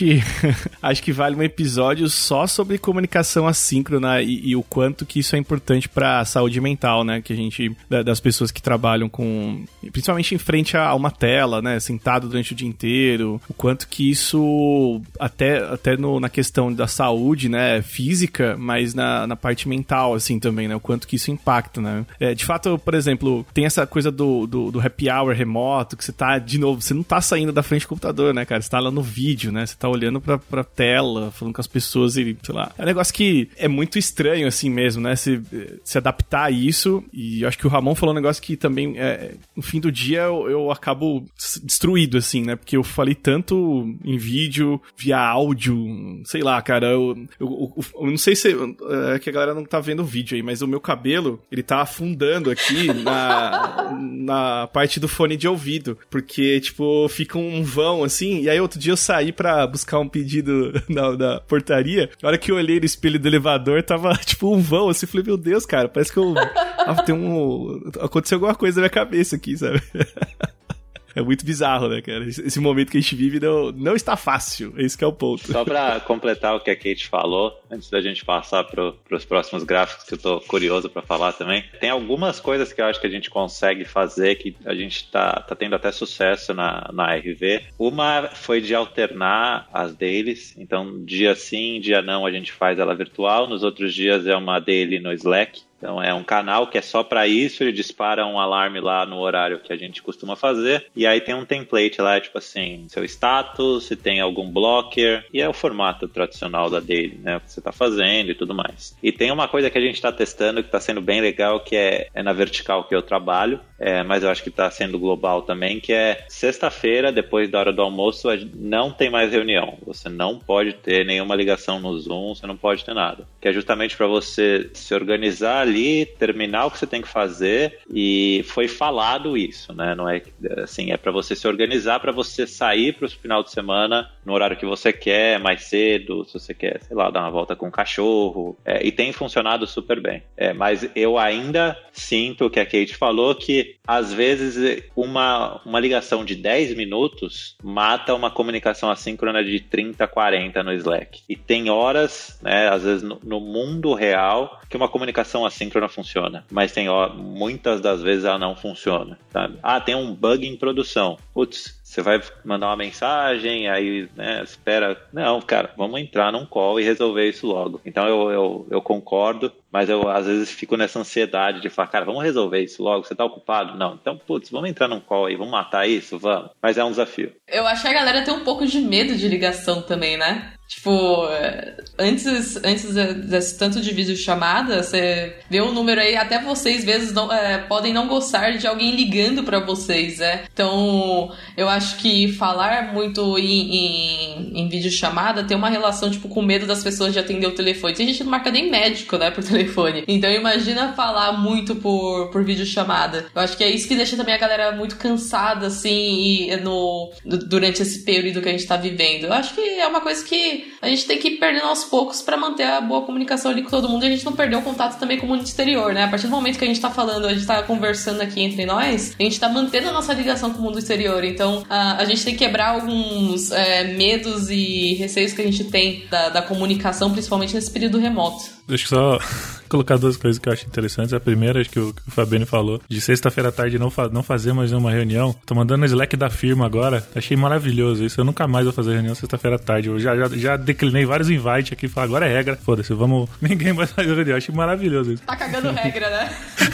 B: que vale um episódio só sobre comunicação assíncrona e o quanto que isso é importante pra saúde mental, né? Que a gente, das pessoas que trabalham com, principalmente em frente a uma tela, né? Sentado durante o dia inteiro, o quanto que isso, até na questão da saúde, né? Física, mas na parte mental, assim, também, né? O quanto que isso impacta, né? De fato, por exemplo, tem essa coisa do happy hour remoto, que você tá, de novo, você não tá saindo da frente do computador, né, cara? Você tá lá no vídeo, né? Você tá olhando pra tela, falando com as pessoas e, sei lá. É um negócio que é muito estranho, assim mesmo, né? Se adaptar a isso. E eu acho que o Ramon falou um negócio que também, no fim do dia, eu acabo destruído, assim, né? Porque eu falei tanto em vídeo, via áudio, sei lá, cara. Eu não sei se é que a galera não tá vendo o vídeo aí, mas o meu cabelo, ele tá afundando aqui na parte do fone de ouvido. Porque, tipo, fica um vão, assim. E aí, outro dia eu saí pra buscar um pedido na portaria. A hora que eu olhei no espelho do elevador, tava, tipo, um vão, assim. Falei, meu Deus, cara, parece que aconteceu alguma coisa na minha cabeça aqui, sabe? É muito bizarro, né, cara? Esse momento que a gente vive não está fácil. Esse que é o ponto.
E: Só pra completar o que a Kate falou, antes da gente passar pros próximos gráficos, que eu tô curioso pra falar também, tem algumas coisas que eu acho que a gente consegue fazer, que a gente tá tendo até sucesso na RV. Uma foi de alternar as dailies. Então, dia sim, dia não, a gente faz ela virtual. Nos outros dias é uma daily no Slack. Então é um canal que é só para isso, ele dispara um alarme lá no horário que a gente costuma fazer, e aí tem um template lá, tipo assim, seu status, se tem algum blocker, e é o formato tradicional da daily, né, o que você tá fazendo e tudo mais. E tem uma coisa que a gente tá testando que tá sendo bem legal, que é na vertical que eu trabalho, mas eu acho que tá sendo global também, que é sexta-feira, depois da hora do almoço, não tem mais reunião, você não pode ter nenhuma ligação no Zoom, você não pode ter nada, que é justamente para você se organizar ali, terminar o que você tem que fazer, e foi falado isso, né? Não é assim, é para você se organizar, para você sair pro final de semana no horário que você quer, mais cedo, se você quer, sei lá, dar uma volta com o cachorro, e tem funcionado super bem. Mas eu ainda sinto o que a Kate falou, que às vezes uma ligação de 10 minutos mata uma comunicação assíncrona de 30, 40 no Slack. E tem horas, né, às vezes no mundo real, que uma comunicação assíncrona assíncrona funciona, mas muitas das vezes ela não funciona, sabe? Tem um bug em produção. Putz, você vai mandar uma mensagem, aí, né, espera. Não, cara, vamos entrar num call e resolver isso logo. Então eu concordo, mas eu às vezes fico nessa ansiedade de falar, cara, vamos resolver isso logo, você tá ocupado? Não, então, putz, vamos entrar num call aí, vamos matar isso? Vamos. Mas é um desafio.
D: Eu acho que a galera tem um pouco de medo de ligação também, né? Tipo, antes desse tanto de videochamada, você vê um número aí, até vocês, às vezes, podem não gostar de alguém ligando pra vocês, né? Então, eu acho que falar muito em videochamada tem uma relação, tipo, com medo das pessoas de atender o telefone. Tem gente que não marca nem médico, né, por telefone. Então, imagina falar muito por videochamada. Eu acho que é isso que deixa também a galera muito cansada, assim, durante esse período que a gente tá vivendo. Eu acho que é uma coisa que a gente tem que ir perdendo aos poucos pra manter a boa comunicação ali com todo mundo e a gente não perder o contato também com o mundo exterior, né? A partir do momento que a gente tá falando, a gente tá conversando aqui entre nós, a gente tá mantendo a nossa ligação com o mundo exterior. Então, a gente tem que quebrar alguns medos e receios que a gente tem da comunicação, principalmente nesse período remoto.
C: Deixa eu só colocar duas coisas que eu acho interessantes. A primeira, acho que o Fabiano falou, de sexta-feira à tarde não fazer mais uma reunião. Tô mandando no Slack da firma agora. Achei maravilhoso isso. Eu nunca mais vou fazer reunião sexta-feira à tarde. Eu já declinei vários invites aqui. Falei, agora é regra. Foda-se, ninguém mais fazer reunião. Achei maravilhoso isso.
D: Tá cagando regra, né?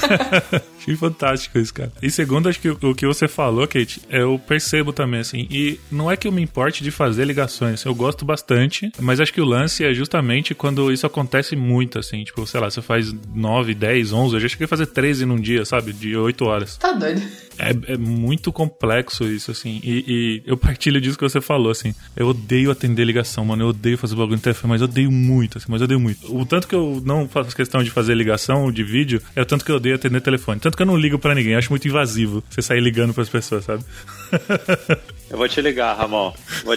C: Achei fantástico isso, cara. E segundo, acho que o que você falou, Kate, eu percebo também, assim, e não é que eu me importe de fazer ligações, eu gosto bastante, mas acho que o lance é justamente quando isso acontece muito, assim, tipo, sei lá, você faz 9, 10, 11, eu já cheguei a fazer 13 num dia, sabe, de 8 horas.
D: Tá doido.
C: É muito complexo isso, assim, e eu partilho disso que você falou, assim, eu odeio atender ligação, mano, eu odeio fazer bagulho no telefone, mas eu odeio muito, assim, O tanto que eu não faço questão de fazer ligação de vídeo, é o tanto que eu odeio atender telefone, tanto que eu não ligo pra ninguém, acho muito invasivo você sair ligando pras pessoas, sabe?
E: Eu vou te ligar, Ramon.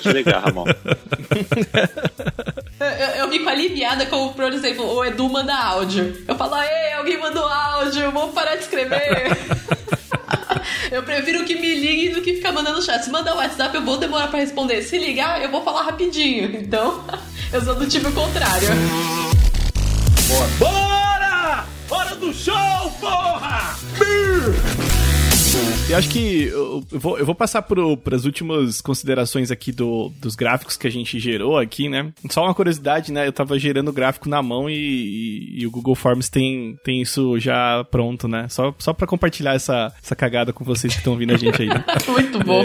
D: Eu fico aliviada como, por exemplo, o Edu manda áudio. Eu falo, alguém mandou áudio, vamos parar de escrever. Eu prefiro que me ligue do que ficar mandando chat. Se mandar o WhatsApp, eu vou demorar pra responder. Se ligar, eu vou falar rapidinho. Então, eu sou do tipo contrário.
F: Bora! Hora do show, porra!
B: Eu acho que eu vou passar para as últimas considerações aqui dos gráficos que a gente gerou aqui, né? Só uma curiosidade, né? Eu tava gerando o gráfico na mão e o Google Forms tem isso já pronto, né? Só para compartilhar essa cagada com vocês que estão ouvindo a gente aí. Né?
D: Muito bom.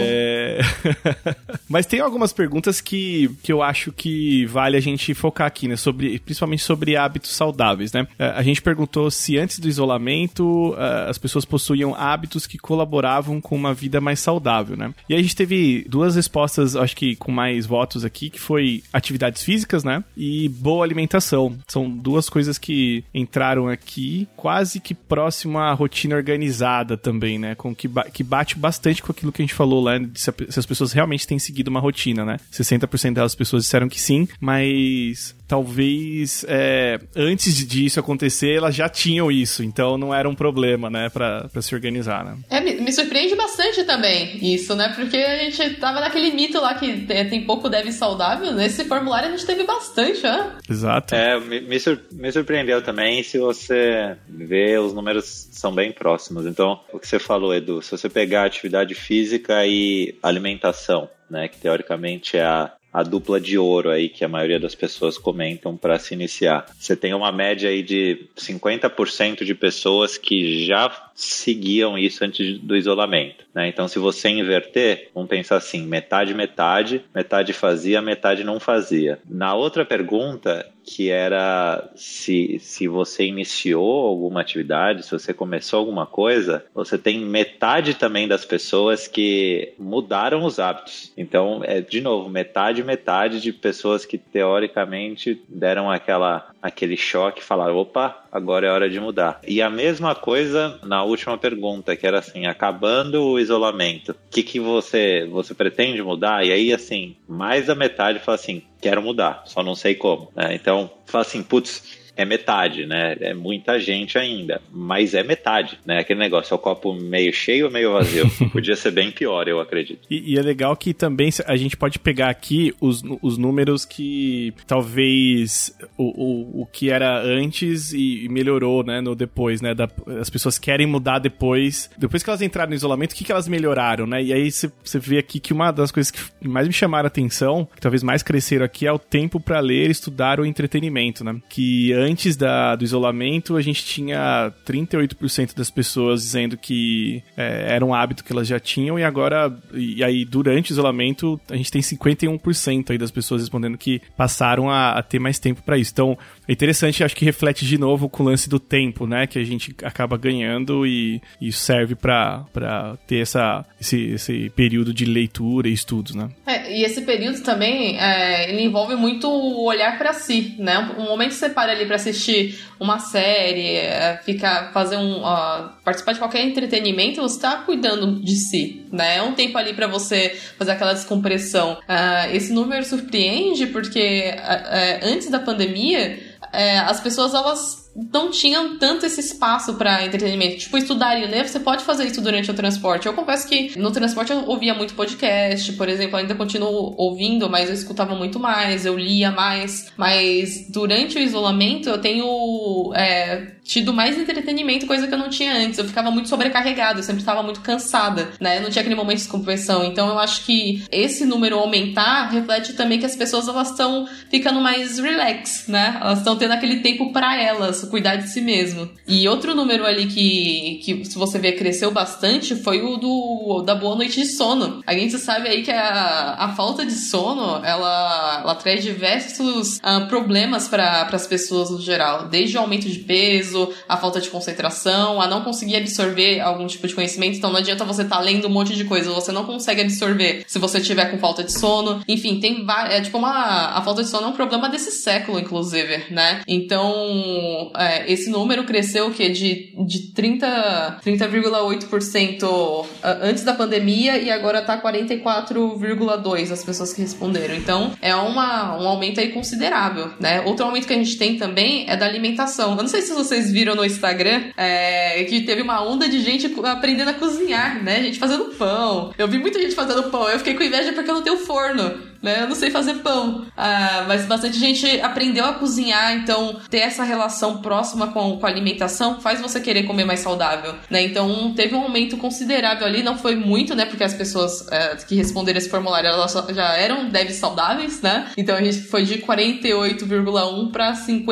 B: Mas tem algumas perguntas que eu acho que vale a gente focar aqui, né? Principalmente sobre hábitos saudáveis, né? A gente perguntou se antes do isolamento as pessoas possuíam hábitos que colaboravam com uma vida mais saudável, né? E aí a gente teve duas respostas, acho que com mais votos aqui, que foi atividades físicas, né? E boa alimentação. São duas coisas que entraram aqui quase que próximo à rotina organizada também, né? Que bate bastante com aquilo que a gente falou lá, de se as pessoas realmente têm seguido uma rotina, né? 60% das pessoas disseram que sim, mas talvez antes disso acontecer, elas já tinham isso, então não era um problema, né, pra se organizar, né?
D: Me surpreende bastante também isso, né, porque a gente tava naquele mito lá que tem pouco dev saudável, nesse formulário a gente teve bastante, né?
B: Exato.
E: Me surpreendeu também, se você vê, os números são bem próximos, então o que você falou, Edu, se você pegar atividade física e alimentação, né, que teoricamente é a dupla de ouro aí que a maioria das pessoas comentam para se iniciar. Você tem uma média aí de 50% de pessoas que já seguiam isso antes do isolamento, né? Então, se você inverter, vamos pensar assim, metade fazia, metade não fazia. Na outra pergunta, que era se você iniciou alguma atividade, se você começou alguma coisa, você tem metade também das pessoas que mudaram os hábitos. Então, de novo, metade de pessoas que teoricamente deram aquele choque e falaram, opa, agora é hora de mudar. E a mesma coisa na última pergunta, que era assim, acabando o isolamento, o que você pretende mudar? E aí, assim, mais da metade fala assim, quero mudar, só não sei como, né? Então, fala assim, putz, é metade, né? É muita gente ainda, mas é metade, né? Aquele negócio, é o copo meio cheio ou meio vazio? Podia ser bem pior, eu acredito.
B: E é legal que também a gente pode pegar aqui os números que talvez o que era antes e melhorou, né, no depois, né? As pessoas querem mudar depois que elas entraram no isolamento, o que elas melhoraram, né? E aí você vê aqui que uma das coisas que mais me chamaram a atenção, que talvez mais cresceram aqui, é o tempo pra ler, estudar ou entretenimento, né? Que antes do isolamento a gente tinha 38% das pessoas dizendo que era um hábito que elas já tinham, e aí durante o isolamento a gente tem 51% aí das pessoas respondendo que passaram a ter mais tempo pra isso. Então é interessante, acho que reflete de novo com o lance do tempo, né? Que a gente acaba ganhando e isso serve pra ter esse período de leitura e estudos, né?
D: E esse período também, ele envolve muito o olhar pra si, né? Um momento que você para ali pra assistir uma série, participar de qualquer entretenimento, você tá cuidando de si, né? É um tempo ali pra você fazer aquela descompressão. Esse número surpreende porque antes da pandemia, as pessoas, elas não tinham tanto esse espaço pra entretenimento. Tipo, estudar e ler, você pode fazer isso durante o transporte. Eu confesso que no transporte eu ouvia muito podcast, por exemplo, ainda continuo ouvindo, mas eu escutava muito mais, eu lia mais. Mas durante o isolamento eu tenho tido mais entretenimento, coisa que eu não tinha antes. Eu ficava muito sobrecarregada, eu sempre estava muito cansada, né? Eu não tinha aquele momento de descompressão. Então eu acho que esse número aumentar reflete também que as pessoas, elas estão ficando mais relax, né? Elas estão tendo aquele tempo pra elas, cuidar de si mesmo. E outro número ali que se você ver, cresceu bastante foi o da boa noite de sono. A gente sabe aí que a falta de sono, ela traz diversos problemas para as pessoas no geral. Desde o aumento de peso, a falta de concentração, a não conseguir absorver algum tipo de conhecimento. Então não adianta você estar lendo um monte de coisa, você não consegue absorver se você estiver com falta de sono. Enfim, a falta de sono é um problema desse século, inclusive, né? Então esse número cresceu de 30,8% antes da pandemia e agora tá 44,2% as pessoas que responderam. Então é um aumento aí considerável, né? Outro aumento que a gente tem também é da alimentação. Eu não sei se vocês viram no Instagram que teve uma onda de gente aprendendo a cozinhar, né? Gente fazendo pão. Eu vi muita gente fazendo pão. Eu fiquei com inveja porque eu não tenho forno, né? Eu não sei fazer pão. Mas bastante gente aprendeu a cozinhar, então ter essa relação próxima com a alimentação faz você querer comer mais saudável, né? Então teve um aumento considerável ali, não foi muito, né? Porque as pessoas que responderam esse formulário, elas já eram devs saudáveis, né? Então a gente foi de 48,1 para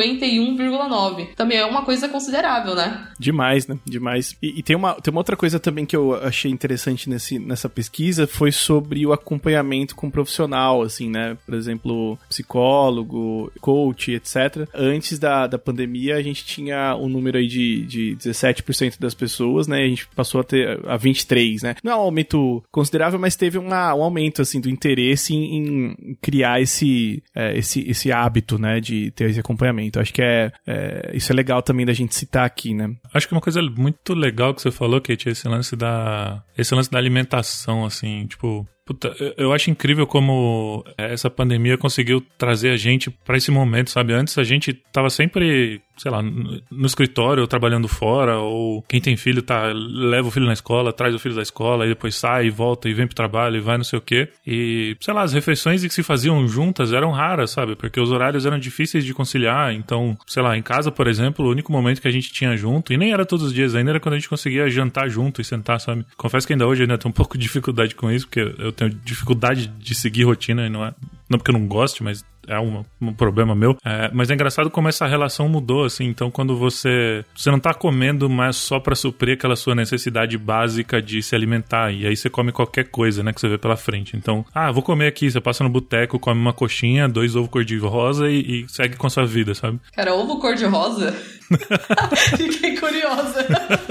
D: 51,9. Também é uma coisa considerável, né?
B: Demais, né? Demais. E tem uma outra coisa também que eu achei interessante nessa pesquisa, foi sobre o acompanhamento com o profissional, assim, né? Por exemplo, psicólogo, coach, etc. Antes da pandemia, a gente tinha um número aí de 17% das pessoas, né? A gente passou a ter a 23%, né? Não é um aumento considerável, mas teve um aumento, assim, do interesse em criar esse hábito, né? De ter esse acompanhamento. Acho que isso é legal também da gente citar aqui, né?
C: Acho que uma coisa muito legal que você falou, Kate, é esse lance da alimentação, assim, tipo... Puta, eu acho incrível como essa pandemia conseguiu trazer a gente pra esse momento, sabe? Antes a gente tava sempre, sei lá, no escritório, ou trabalhando fora, ou quem tem filho leva o filho na escola, traz o filho da escola, e depois sai, e volta, e vem pro trabalho, e vai não sei o quê. E, sei lá, as refeições que se faziam juntas eram raras, sabe? Porque os horários eram difíceis de conciliar, então, sei lá, em casa, por exemplo, o único momento que a gente tinha junto, e nem era todos os dias ainda, era quando a gente conseguia jantar junto e sentar, sabe? Confesso que ainda hoje eu tenho um pouco de dificuldade com isso, porque eu tenho dificuldade de seguir rotina, e não porque eu não goste, mas é um problema meu. Mas é engraçado como essa relação mudou, assim. Então, quando você não tá comendo mais só pra suprir aquela sua necessidade básica de se alimentar, e aí você come qualquer coisa, né, que você vê pela frente. Então, vou comer aqui. Você passa no boteco, come uma coxinha, 2 ovos cor-de-rosa e segue com a sua vida, sabe?
D: Cara, ovo cor-de-rosa? Fiquei curiosa.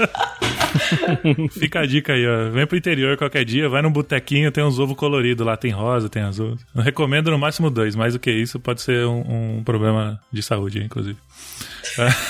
C: Fica a dica aí, ó. Vem pro interior qualquer dia, vai num botequinho, tem uns ovos coloridos lá, tem rosa, tem azul. Eu recomendo no máximo 2, mais do que isso pode ser um problema de saúde, inclusive.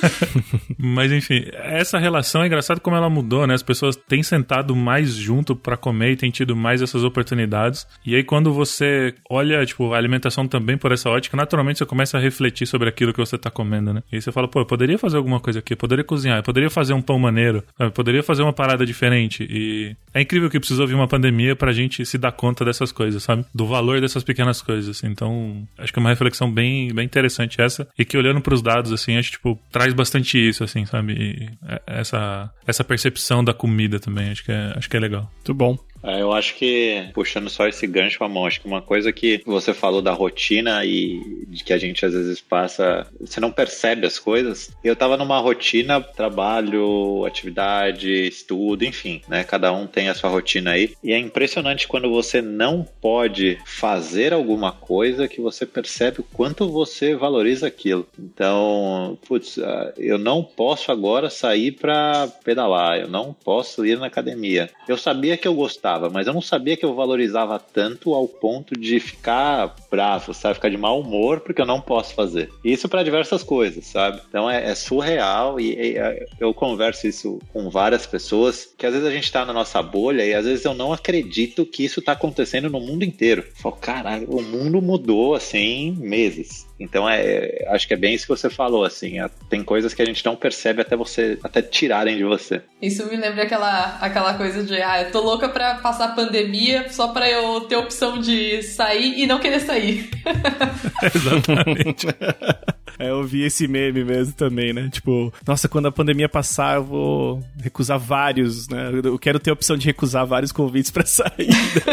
C: Mas enfim, essa relação é engraçado como ela mudou, né? As pessoas têm sentado mais junto pra comer e têm tido mais essas oportunidades. E aí quando você olha, tipo, a alimentação também por essa ótica, naturalmente você começa a refletir sobre aquilo que você tá comendo, né? E aí você fala, pô, eu poderia fazer alguma coisa aqui, eu poderia cozinhar, eu poderia fazer um pão maneiro, eu poderia fazer uma parada diferente. E é incrível que precisou vir uma pandemia pra gente se dar conta dessas coisas, sabe? Do valor dessas pequenas coisas. Então, acho que é uma reflexão bem interessante essa. E que olhando pros dados, assim, acho que, tipo, traz bastante isso, assim, sabe? E essa percepção da comida também, acho que é legal.
B: Muito bom.
E: Eu acho que, puxando só esse gancho à mão, acho que uma coisa que você falou da rotina e de que a gente às vezes passa, você não percebe as coisas. Eu tava numa rotina, trabalho, atividade, estudo, enfim, né? Cada um tem a sua rotina aí. E é impressionante quando você não pode fazer alguma coisa que você percebe o quanto você valoriza aquilo. Então, eu não posso agora sair pra pedalar, eu não posso ir na academia. Eu sabia que eu gostava, mas eu não sabia que eu valorizava tanto ao ponto de ficar bravo, sabe? Ficar de mau humor porque eu não posso fazer. Isso para diversas coisas, sabe? Então é surreal e eu converso isso com várias pessoas que às vezes a gente tá na nossa bolha e às vezes eu não acredito que isso tá acontecendo no mundo inteiro. Eu falo, caralho, o mundo mudou assim em meses. Então acho que é bem isso que você falou, assim, tem coisas que a gente não percebe até tirarem de você.
D: Isso me lembra aquela coisa de, eu tô louca pra passar a pandemia só pra eu ter a opção de sair e não querer sair.
C: Exatamente.
B: Eu vi esse meme mesmo também, né? Tipo, nossa, quando a pandemia passar, eu vou recusar vários, né? Eu quero ter a opção de recusar vários convites pra saída.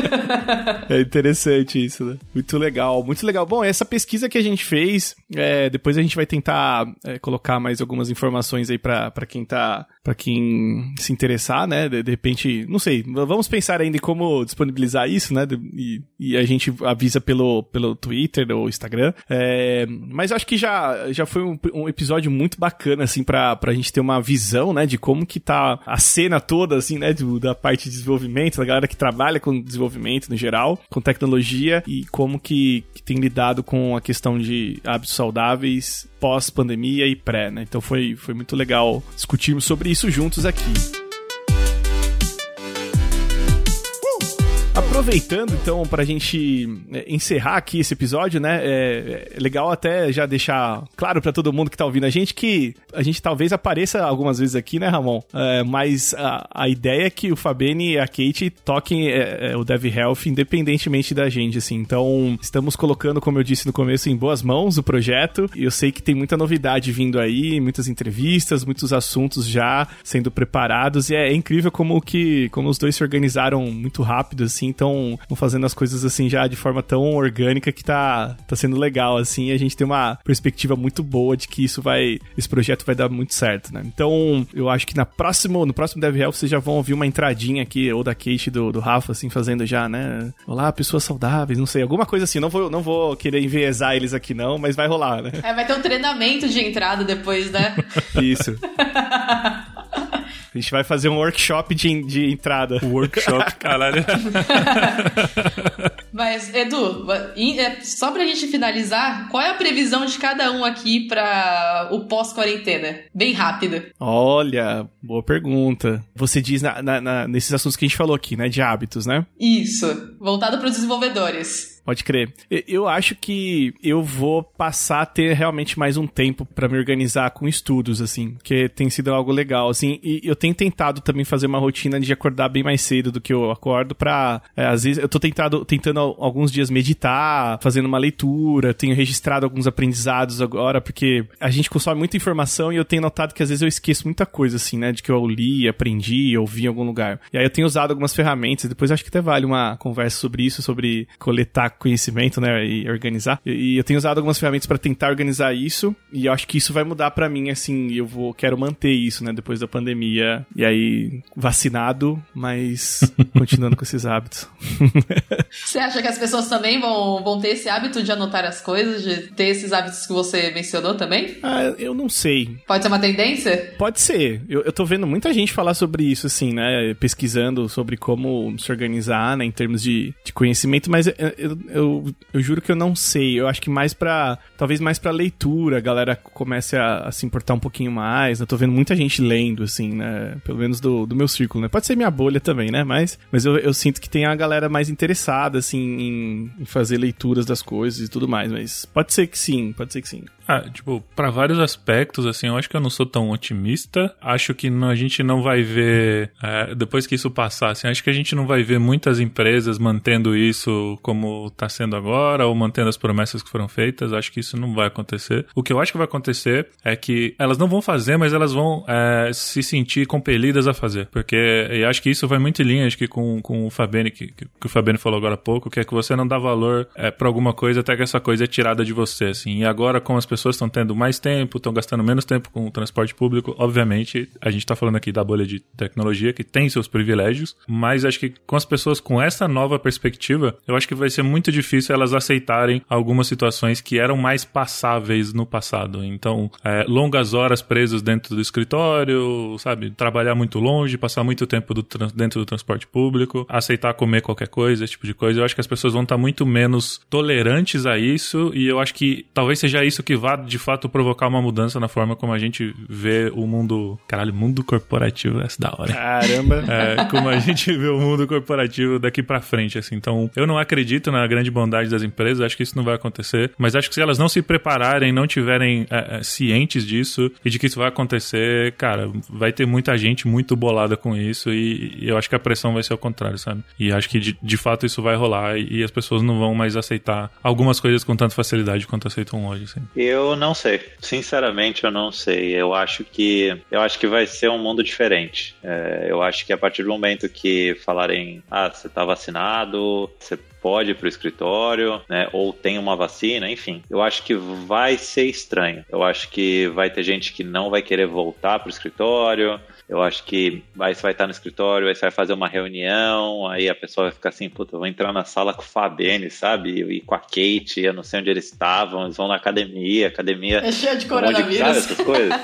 B: É interessante isso, né? Muito legal, muito legal. Bom, essa pesquisa que a gente fez, depois a gente vai tentar colocar mais algumas informações aí pra quem se interessar, né? De repente, não sei, vamos pensar ainda em como disponibilizar isso, né? E a gente avisa pelo Twitter ou Instagram. Mas eu acho que já foi um episódio muito bacana, assim, pra gente ter uma visão, né? De como que tá a cena toda, assim, né? Da parte de desenvolvimento, da galera que trabalha com desenvolvimento no geral, com tecnologia e como que tem lidado com a questão de hábitos saudáveis pós-pandemia e pré, né? Então foi muito legal discutirmos sobre isso juntos aqui. Aproveitando, então, pra gente encerrar aqui esse episódio, né, é legal até já deixar claro pra todo mundo que tá ouvindo a gente que a gente talvez apareça algumas vezes aqui, né, Ramon? Mas a ideia é que o Fabene e a Kate toquem o Dev Health independentemente da gente, assim. Então, estamos colocando, como eu disse no começo, em boas mãos o projeto. E eu sei que tem muita novidade vindo aí, muitas entrevistas, muitos assuntos já sendo preparados. E é incrível como os dois se organizaram muito rápido, assim. Então, vão fazendo as coisas assim já de forma tão orgânica que tá sendo legal, assim, e a gente tem uma perspectiva muito boa de que esse projeto vai dar muito certo, né? Então, eu acho que no próximo Dev Health vocês já vão ouvir uma entradinha aqui, ou da Kate, do Rafa, assim, fazendo já, né? Olá, pessoas saudáveis, não sei, alguma coisa assim. Não vou querer enviesar eles aqui não, mas vai rolar, né?
D: Vai ter um treinamento de entrada depois, né?
B: Isso. A gente vai fazer um workshop de entrada.
C: Workshop, caralho.
D: Mas, Edu, só pra gente finalizar, qual é a previsão de cada um aqui pra o pós-quarentena? Bem rápida.
B: Olha, boa pergunta. Você diz nesses assuntos que a gente falou aqui, né? De hábitos, né?
D: Isso. Voltado pros desenvolvedores.
B: Pode crer. Eu acho que eu vou passar a ter realmente mais um tempo pra me organizar com estudos, assim, que tem sido algo legal, assim, e eu tenho tentado também fazer uma rotina de acordar bem mais cedo do que eu acordo às vezes, eu tô tentando alguns dias meditar, fazendo uma leitura, tenho registrado alguns aprendizados agora, porque a gente consome muita informação e eu tenho notado que às vezes eu esqueço muita coisa, assim, né, de que eu li, aprendi, ouvi em algum lugar. E aí eu tenho usado algumas ferramentas, depois acho que até vale uma conversa sobre isso, sobre coletar conhecimento, né, e organizar. E eu tenho usado algumas ferramentas para tentar organizar isso, e eu acho que isso vai mudar para mim, assim, quero manter isso, né, depois da pandemia, e aí vacinado, mas continuando com esses hábitos.
D: Você acha que as pessoas também vão ter esse hábito de anotar as coisas, de ter esses hábitos que você mencionou também?
B: Eu não sei.
D: Pode ser uma tendência?
B: Pode ser. Eu tô vendo muita gente falar sobre isso, assim, né? Pesquisando sobre como se organizar, né? Em termos de conhecimento, mas eu juro que eu não sei. Eu acho que talvez mais pra leitura, a galera comece a se importar um pouquinho mais. Eu tô vendo muita gente lendo, assim, né? Pelo menos do meu círculo, né? Pode ser minha bolha também, né? Mas eu sinto que tem a galera mais interessada, assim, em fazer leituras das coisas e tudo mais. Mas pode ser que sim.
C: Pra vários aspectos, assim, eu acho que eu não sou tão otimista. Acho que a gente não vai ver, depois que isso passar, assim, acho que a gente não vai ver muitas empresas mantendo isso como tá sendo agora, ou mantendo as promessas que foram feitas. Acho que isso não vai acontecer. O que eu acho que vai acontecer é que elas não vão fazer, mas elas vão se sentir compelidas a fazer. Porque eu acho que isso vai muito em linha, acho que com o Fabene, que o Fabene falou agora há pouco, que é que você não dá valor pra alguma coisa até que essa coisa é tirada de você, assim. E agora, como as pessoas estão tendo mais tempo, estão gastando menos tempo com o transporte público, obviamente, a gente tá falando aqui da bolha de tecnologia, que tem seus privilégios, mas acho que com as pessoas com essa nova perspectiva, eu acho que vai ser muito difícil elas aceitarem algumas situações que eram mais passáveis no passado. Então, longas horas presos dentro do escritório, sabe? Trabalhar muito longe, passar muito tempo dentro do transporte público, aceitar comer qualquer coisa, esse tipo de coisa. Eu acho que as pessoas vão estar muito menos tolerantes a isso, e eu acho que talvez seja isso que vá, de fato, provocar uma mudança na forma como a gente vê o mundo... Caralho, mundo corporativo, essa da hora.
B: Caramba!
C: Como a gente vê o mundo corporativo daqui pra frente, assim. Então, eu não acredito na grande bondade das empresas, acho que isso não vai acontecer, mas acho que se elas não se prepararem, não tiverem cientes disso e de que isso vai acontecer, cara, vai ter muita gente muito bolada com isso, e eu acho que a pressão vai ser ao contrário, sabe? E acho que de fato isso vai rolar, e as pessoas não vão mais aceitar algumas coisas com tanta facilidade quanto aceitam hoje, assim.
E: Eu não sei. Sinceramente, eu não sei. Eu acho que vai ser um mundo diferente. Eu acho que a partir do momento que falarem, você tá vacinado, você pode ir pro escritório, né, ou tem uma vacina, enfim. Eu acho que vai ser estranho. Eu acho que vai ter gente que não vai querer voltar pro escritório. Eu acho que você vai estar no escritório, aí você vai fazer uma reunião, aí a pessoa vai ficar assim, puta, eu vou entrar na sala com o Fabene, sabe? E com a Kate, eu não sei onde eles estavam, eles vão na academia
D: é cheia de coronavírus.
E: Sabe, essas coisas.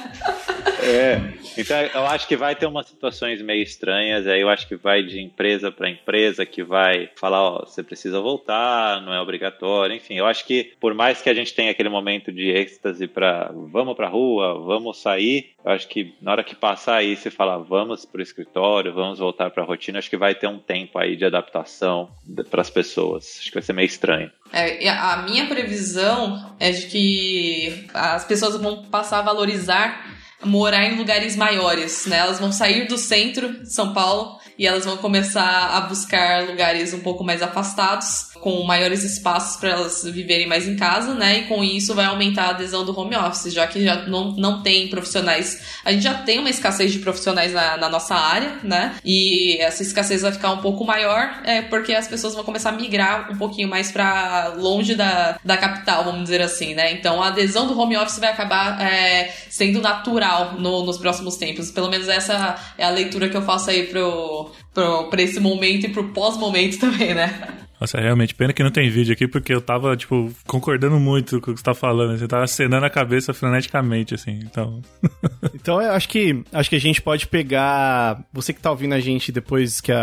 E: Então eu acho que vai ter umas situações meio estranhas, aí eu acho que vai de empresa para empresa, que vai falar, você precisa voltar, não é obrigatório, enfim, eu acho que por mais que a gente tenha aquele momento de êxtase vamos pra rua, vamos sair, eu acho que na hora que passar aí, você falar, vamos pro escritório, vamos voltar pra rotina, acho que vai ter um tempo aí de adaptação pras pessoas, acho que vai ser meio estranho.
D: A minha previsão é de que as pessoas vão passar a valorizar morar em lugares maiores, né? Elas vão sair do centro de São Paulo e elas vão começar a buscar lugares um pouco mais afastados, com maiores espaços para elas viverem mais em casa, né? E com isso vai aumentar a adesão do home office, já que já não tem profissionais. A gente já tem uma escassez de profissionais na nossa área, né? E essa escassez vai ficar um pouco maior, porque as pessoas vão começar a migrar um pouquinho mais para longe da capital, vamos dizer assim, né? Então a adesão do home office vai acabar sendo natural nos próximos tempos. Pelo menos essa é a leitura que eu faço aí pra esse momento e pro pós-momento também, né?
C: Nossa, realmente, pena que não tem vídeo aqui, porque eu tava, concordando muito com o que você tá falando. Você tava acenando a cabeça freneticamente, assim, então...
B: Então, eu acho que a gente pode pegar... Você que tá ouvindo a gente depois que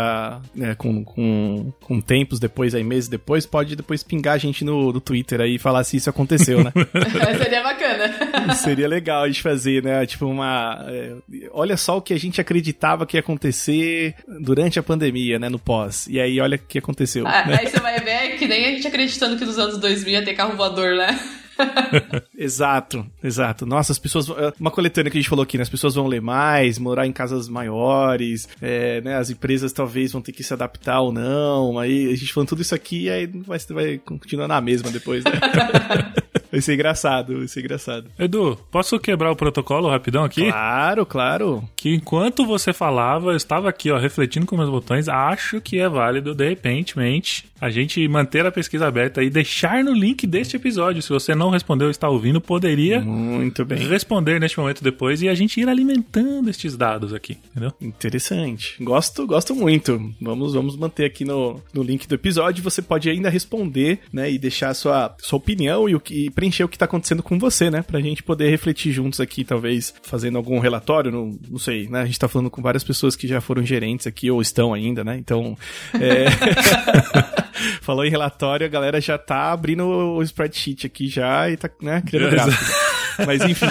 B: com tempos depois, aí meses depois, pode depois pingar a gente no Twitter aí e falar se isso aconteceu, né?
D: Seria bacana.
B: Seria legal a gente fazer, né? Olha só o que a gente acreditava que ia acontecer durante a pandemia, né? No pós. E aí, olha o que aconteceu.
D: Aí você vai ver que nem a gente acreditando que nos anos 2000 ia ter carro voador, né?
B: Exato. Nossa, as pessoas... Uma coletânea que a gente falou aqui, né? As pessoas vão ler mais, morar em casas maiores, né? As empresas talvez vão ter que se adaptar ou não. Aí a gente falando tudo isso aqui, aí vai continuar na mesma depois, né? Vai ser engraçado, vai ser engraçado.
C: Edu, posso quebrar o protocolo rapidão aqui?
B: Claro.
C: Que enquanto você falava, eu estava aqui, ó, refletindo com meus botões, acho que é válido, de repente, a gente manter a pesquisa aberta e deixar no link deste episódio. Se você não respondeu, está ouvindo, poderia
B: muito bem
C: responder neste momento depois e a gente ir alimentando estes dados aqui, entendeu?
B: Interessante. Gosto muito. Vamos manter aqui no link do episódio. Você pode ainda responder, né, e deixar a sua opinião e preencher o que tá acontecendo com você, né, pra gente poder refletir juntos aqui, talvez fazendo algum relatório, não sei, né, a gente tá falando com várias pessoas que já foram gerentes aqui ou estão ainda, né, então falou em relatório, a galera já tá abrindo o spreadsheet aqui já e tá, né, criando gráfico. Mas enfim.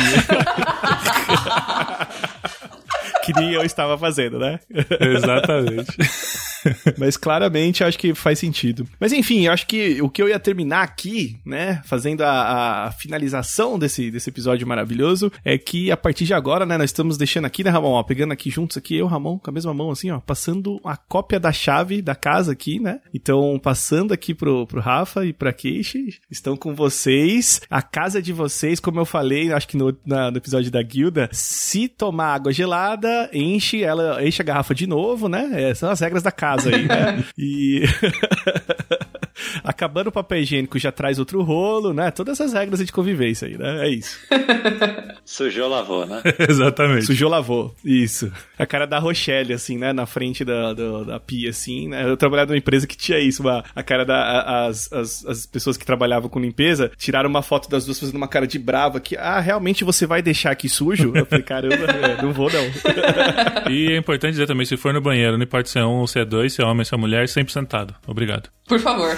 B: Que nem eu estava fazendo, né?
C: Exatamente.
B: Mas claramente acho que faz sentido. Mas enfim, eu acho que o que eu ia terminar aqui, né, fazendo a finalização desse episódio maravilhoso, é que a partir de agora, né, nós estamos deixando aqui, né, Ramon, ó, pegando aqui juntos aqui, eu, Ramon, com a mesma mão assim, ó, passando a cópia da chave da casa aqui, né? Então, passando aqui pro Rafa e pra Keishi, estão com vocês, a casa de vocês, como eu falei, acho que no episódio da guilda, se tomar água gelada, enche a garrafa de novo, né? São as regras da casa aí, né? E acabando o papel higiênico já traz outro rolo, né? Todas essas regras de convivência aí, né? É isso.
E: Sujou, lavou, né?
C: Exatamente.
B: Sujou, lavou. Isso. A cara da Rochelle, assim, né? Na frente da pia, assim, né? Eu trabalhava numa empresa que tinha isso, a cara as pessoas que trabalhavam com limpeza tiraram uma foto das duas fazendo uma cara de brava que, realmente você vai deixar aqui sujo? Eu falei, caramba, não vou não.
C: E é importante dizer também, se for no banheiro, não importa se é um ou se é dois, se é homem ou se é mulher, sempre sentado. Obrigado.
D: Por favor.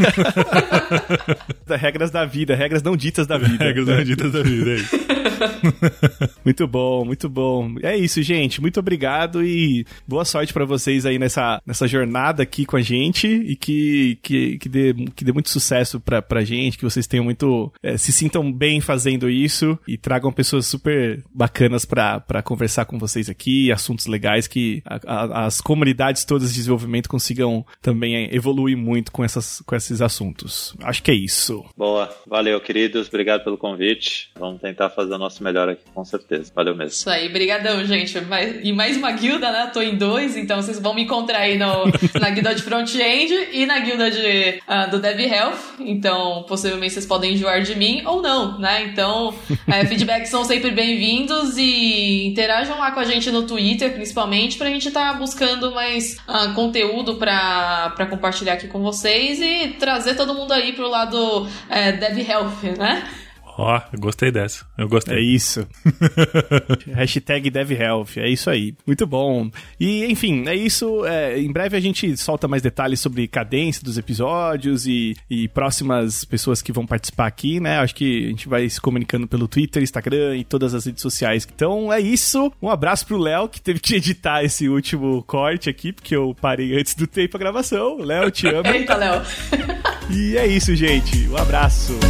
B: Regras da vida, regras não ditas da vida.
C: Regras não ditas da vida, é isso.
B: Muito bom, muito bom. É isso, gente. Muito obrigado e boa sorte pra vocês aí nessa jornada aqui com a gente e que dê muito sucesso pra gente, que vocês tenham muito... se sintam bem fazendo isso e tragam pessoas super bacanas pra conversar com vocês aqui, assuntos legais que as comunidades todas de desenvolvimento consigam também evoluir muito com esses assuntos. Acho que é isso.
E: Boa. Valeu, queridos. Obrigado pelo convite. Vamos tentar fazer o nosso melhor aqui, com certeza. Valeu mesmo.
D: Isso aí. Brigadão, gente. E mais uma guilda, né? Tô em 2, então vocês vão me encontrar aí na guilda de front-end e na guilda do Dev Health. Então, possivelmente vocês podem enjoar de mim ou não, né? Então, feedbacks são sempre bem-vindos e interajam lá com a gente no Twitter, principalmente, pra gente estar buscando mais conteúdo pra compartilhar aqui com vocês e trazer todo mundo aí pro lado Dev Health, né?
C: Ó, eu gostei dessa. Eu gostei.
B: É isso. Hashtag DevHealth. É isso aí. Muito bom. E, enfim, é isso. Em breve a gente solta mais detalhes sobre cadência dos episódios e próximas pessoas que vão participar aqui, né? Acho que a gente vai se comunicando pelo Twitter, Instagram e todas as redes sociais. Então, é isso. Um abraço pro Léo, que teve que editar esse último corte aqui, porque eu parei antes do tempo a gravação. Léo, te amo.
D: Eita, Léo.
B: E é isso, gente. Um abraço.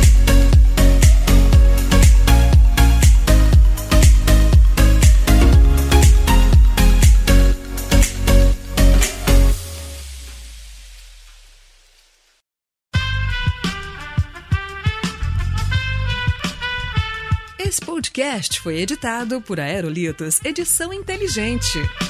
H: Esse podcast foi editado por Aerolitos Edição Inteligente.